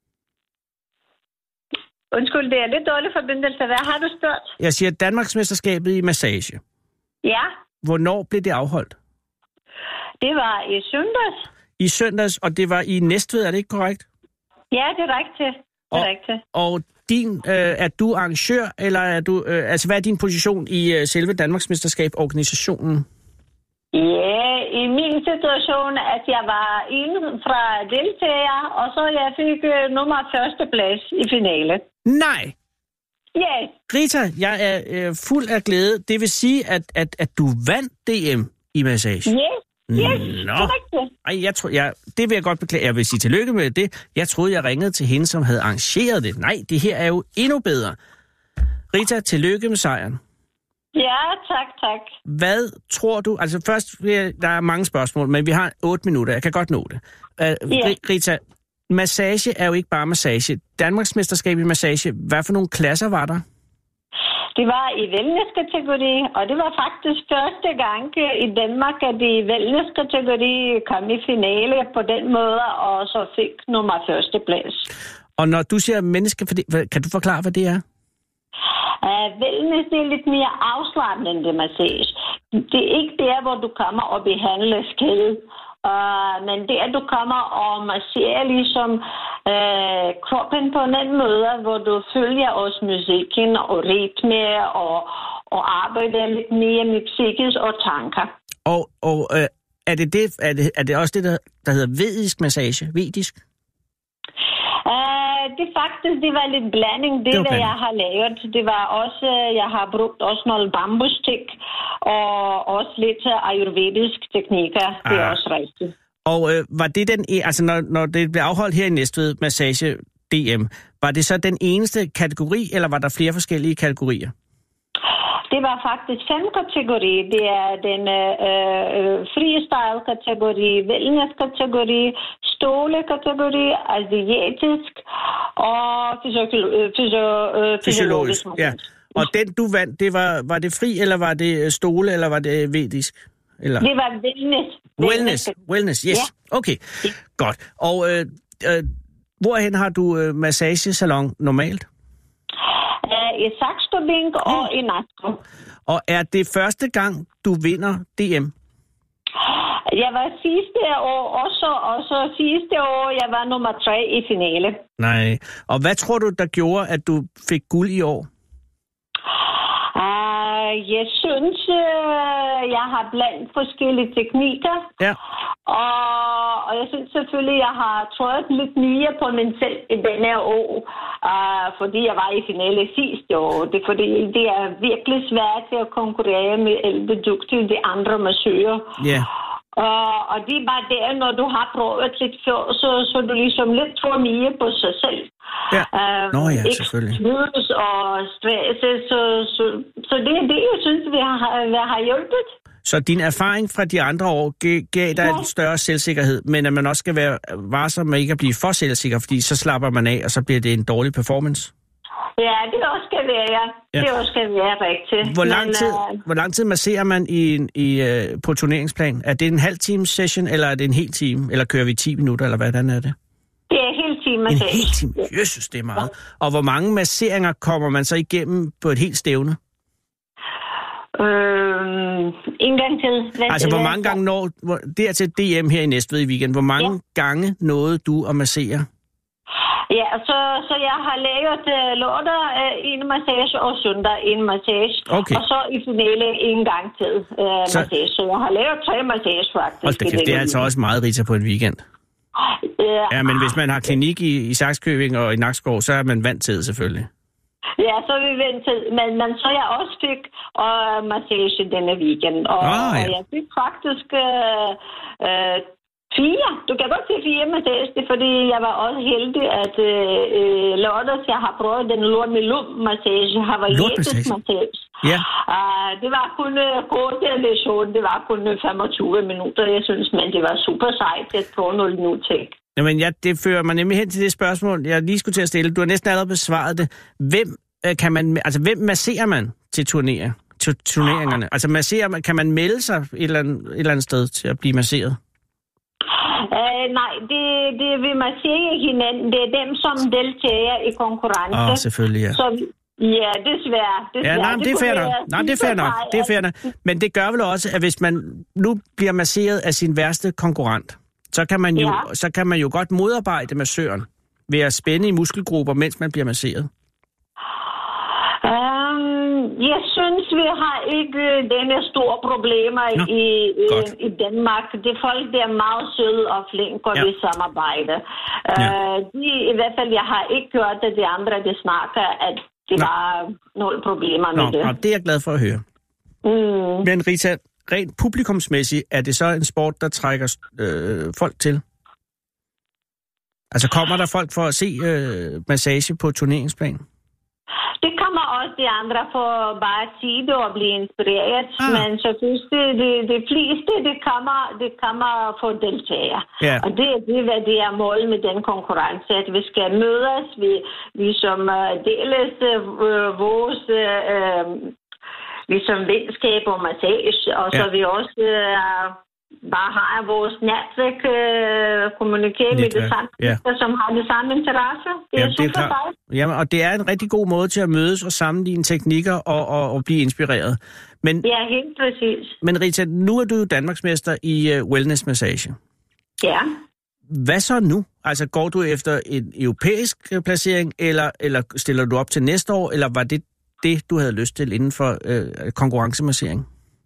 Undskyld, det er lidt dårlig forbindelse. Hvad har du spurgt?
Jeg siger Danmarksmesterskabet i massage.
Ja.
Hvornår blev det afholdt?
Det var i søndags.
I søndags, og det var i Næstved, er det ikke korrekt?
Ja, det er rigtigt. Det er
og,
rigtigt.
Og din, øh, er du arrangør, eller er du, øh, altså hvad er din position i øh, selve Danmarksmesterskab-organisationen?
Ja, i min situation, at jeg var en fra deltager, og så jeg fik øh, nummer første plads i finale.
Nej!
Ja.
Yes. Rita, jeg er øh, fuld af glæde. Det vil sige, at, at, at du vandt D M i massage?
Ja. Yes. Yes,
Nå. Ej, jeg tror, jeg, det vil jeg godt beklage. Jeg vil sige tillykke med det. Jeg troede, jeg ringede til hende, som havde arrangeret det. Nej, det her er jo endnu bedre. Rita, tillykke med sejren.
Ja, tak, tak.
Hvad tror du... Altså først, der er mange spørgsmål, men vi har otte minutter. Jeg kan godt nå det. Uh, yeah. Rita, massage er jo ikke bare massage. Danmarksmesterskab i massage, hvad for nogle klasser var der?
Det var i wellness-kategori, og det var faktisk første gang i Danmark, at de i wellness-kategori kom i finale på den måde, og så fik nummer første plads.
Og når du siger menneske, kan du forklare, hvad det er?
Uh, wellness det er lidt mere afslappende end det massage. Det er ikke der, hvor du kommer og behandler skæld. Uh, men det er, at du kommer og masserer ligesom uh, kroppen på en anden måde, hvor du følger også musikken og rytme og, og arbejder lidt mere med psykisk og tanker.
Og, og uh, er, det det, er, det, er det også det, der, der hedder vedisk massage? Vedisk?
Uh, det faktisk, det var lidt blanding, det, det hvad jeg har lavet. Det var også, jeg har brugt også noget bambustik, og også lidt ayurvedisk teknikker. Det er ah. også rigtigt.
Og øh, var det den, altså når, når det blev afholdt her i Næstved, massage D M, var det så den eneste kategori, eller var der flere forskellige kategorier?
Det var faktisk fem kategorier. Det er den øh, freestyle-kategori, wellness-kategori, stole-kategori, asiatisk og fysio- fysio- øh, fysiologisk.
Ja. Og den du vandt, det var, var det fri, eller var det stole, eller var det vedisk? Eller?
Det var wellness.
Wellness, wellness, yes. Ja. Okay, ja. Godt. Og øh, øh, hvorhen har du øh, massagesalon normalt?
I Saxo Bank og i Nasco.
Og er det første gang, du vinder D M?
Jeg var sidste år også, og så sidste år, jeg var nummer tre i finale.
Nej. Og hvad tror du, der gjorde, at du fik guld i år?
Uh, Uh, jeg synes, uh, jeg har blandt forskellige teknikker.
Ja.
Og, og jeg synes selvfølgelig, jeg har trådt lidt mere på mig selv i denne år. Uh, fordi jeg var i finale sidste år. Det er fordi, det er virkelig svært at konkurrere med alle dygtige de andre massører.
Ja. Yeah.
Og, og det er bare der, når du har prøvet lidt før, så, så du ligesom lidt tror mere på sig selv.
Ja.
Uh,
Nå ja, selvfølgelig.
Ikke og stress, så, så, så det er det, jeg synes, vi har, vi har hjulpet.
Så din erfaring fra de andre år gav dig ja. en større selvsikkerhed, men at man også skal være varsom med ikke at blive for selvsikker, fordi så slapper man af, og så bliver det en dårlig performance?
Ja, det også skal være, ja. ja. Det også skal være rigtigt.
Hvor lang tid,
men, uh...
hvor lang tid masserer man i, i, uh, på turneringsplan? Er det en halv times session, eller er det en hel time? Eller kører vi ti minutter, eller hvordan er det?
Det er en hel time.
En hel time? Jesus, det er meget. Ja. Og hvor mange masseringer kommer man så igennem på et helt stævne?
Øh, en gang til. Hvad
altså, hvor mange gange når... Hvor, der til D M her i Næstved i weekend, hvor mange ja. gange nåede du at massere?
Ja, så, så jeg har lavet uh, lørdag uh, en massage og søndag en massage.
Okay.
Og så i finale en gang til uh,
så...
massage. Så jeg har lavet tre massage faktisk.
Hold da kæft, det er altså også meget, Rita, på en weekend. Uh, ja, men hvis man har klinik i, i Sakskøbing og i Nakskov, så er man vant til det selvfølgelig.
Ja, så er vi vant til. Men, men så jeg også fik uh, massage denne weekend. Og, ah, ja. og jeg fik faktisk... Uh, uh, Fire. Du kan godt se fire massage, fordi jeg var også heldig, at øh, lørdags, jeg har prøvet den lort-med-lum-massage, Hawaii-massage.
Ja.
Uh, det var kun kort lektion, det var kun femogtyve minutter. Jeg synes, men det var super sejt, at prøve noget nu til.
Jamen, ja, det fører mig nemlig hen til det spørgsmål, jeg lige skulle til at stille. Du har næsten allerede besvaret det. Hvem øh, kan man, altså, hvem masserer man til turneringer, til turneringerne? Altså, masserer man, kan man melde sig et eller andet, et eller andet sted til at blive masseret?
Uh, nej, det, det vil man sige hinanden. Det er dem, som deltager i konkurrence.
Åh, oh, selvfølgelig, ja.
Som, ja, desværre. desværre.
Ja, nej, det, det er fair nok. Nej, det er fair nok. Det er fair nok. Men det gør vel også, at hvis man nu bliver masseret af sin værste konkurrent, så kan man jo, ja. så kan man jo godt modarbejde massøren ved at spænde i muskelgrupper, mens man bliver masseret.
Um, jeg synes, vi har ikke denne store problemer Nå, i, i, i Danmark. Det er folk, der er meget søde og flinke, og ja. vi samarbejder. Ja. Uh, de, I hvert fald, jeg har ikke hørt, at de andre, de snakker, at det Nå. var nogle problemer med Nå, det.
Nå, det er jeg glad for at høre.
Mm.
Men Rita, rent publikumsmæssigt, er det så en sport, der trækker øh, folk til? Altså kommer der folk for at se øh, massage på turneringsplan?
Det kommer også de andre for bare at sige det og blive inspireret, ah. men så synes det, det, det fleste, det kommer, det kommer for deltagere.
Yeah.
Og det, det er, hvad det er mål med den konkurrence, at vi skal mødes, vi, vi som uh, deles uh, vores uh, vi som venskab og massage, og yeah. så vi også uh, bare har vores netværk, øh, kommunikere med det samme, ja. som har det samme interesse. Det Jamen, er super det er sejt.
Jamen, og det er en rigtig god måde til at mødes og sammenligne teknikker og, og, og blive inspireret. Men,
ja, helt præcis.
Men Rita, nu er du jo Danmarksmester i uh, wellness-massage.
Ja.
Hvad så nu? Altså, går du efter en europæisk placering, eller, eller stiller du op til næste år, eller var det det, du havde lyst til inden for øh, konkurrencemassering?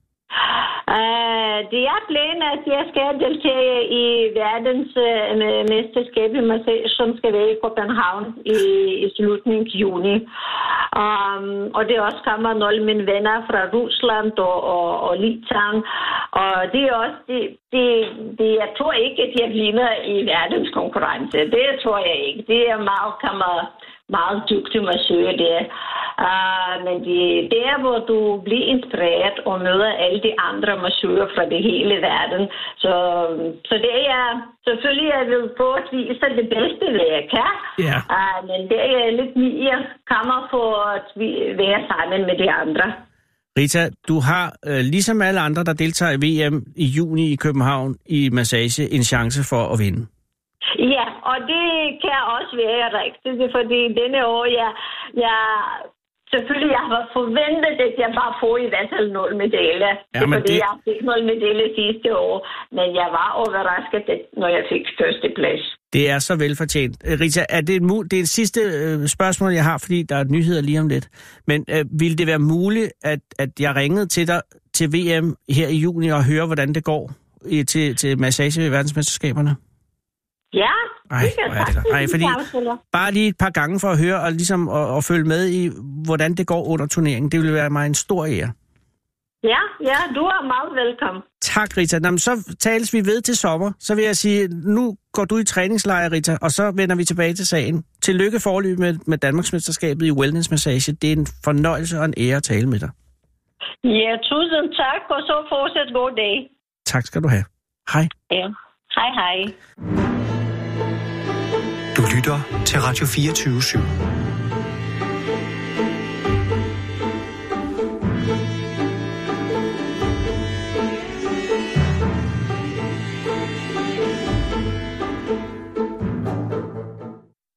Uh, det er planen, at jeg skal deltage i verdens uh, mesterskab i massage, som skal være i København i, i slutningen af juni. Um, og det også kommer nogle af mine venner fra Rusland og, og, og Litauen. Og det er også, det, det, det, jeg tror ikke, at jeg vinder i verdens konkurrence. Det tror jeg ikke. Det er meget, kommer meget dygtig massør der. Uh, men det er der, hvor du bliver inspireret og møder alle de andre massører fra det hele verden. Så, så det er selvfølgelig, jeg vil få at vise det bedste, hvad jeg kan.
Yeah.
Uh, men det er lidt mere kommer for at være sammen med de andre.
Rita, du har, øh, ligesom alle andre, der deltager i V M i juni i København i massage, en chance for at vinde.
Ja, og det kan også være rigtigt, fordi denne år, jeg, jeg selvfølgelig jeg har forventet, at jeg bare får i hvert fald nul medaljer. Ja, fordi det... jeg fik nul medaljer sidste år, men jeg var overrasket, når jeg fik første plads.
Det er så velfortjent. Rita, er det, mu- det er det sidste øh, spørgsmål, jeg har, fordi der er nyheder lige om lidt. Men øh, ville det være muligt, at, at jeg ringede til dig til V M her i juni og høre, hvordan det går i, til, til massage ved verdensmesterskaberne?
Ja,
Ej, det kan jeg sagtens. Ej, fordi bare lige et par gange for at høre og ligesom at, at følge med i, hvordan det går under turneringen. Det ville være mig en stor ære.
Ja, ja, du er meget velkommen.
Tak, Rita. Nå, så tales vi ved til sommer. Så vil jeg sige, nu går du i træningslejr, Rita, og så vender vi tilbage til sagen. Tillykke forløb med, med Danmarksmesterskabet i Wellness Massage. Det er en fornøjelse og en ære at tale med dig.
Ja, tusind tak, og så fortsæt god dag.
Tak skal du have. Hej.
Ja, hej hej.
Du lytter til Radio fireogtyve syv.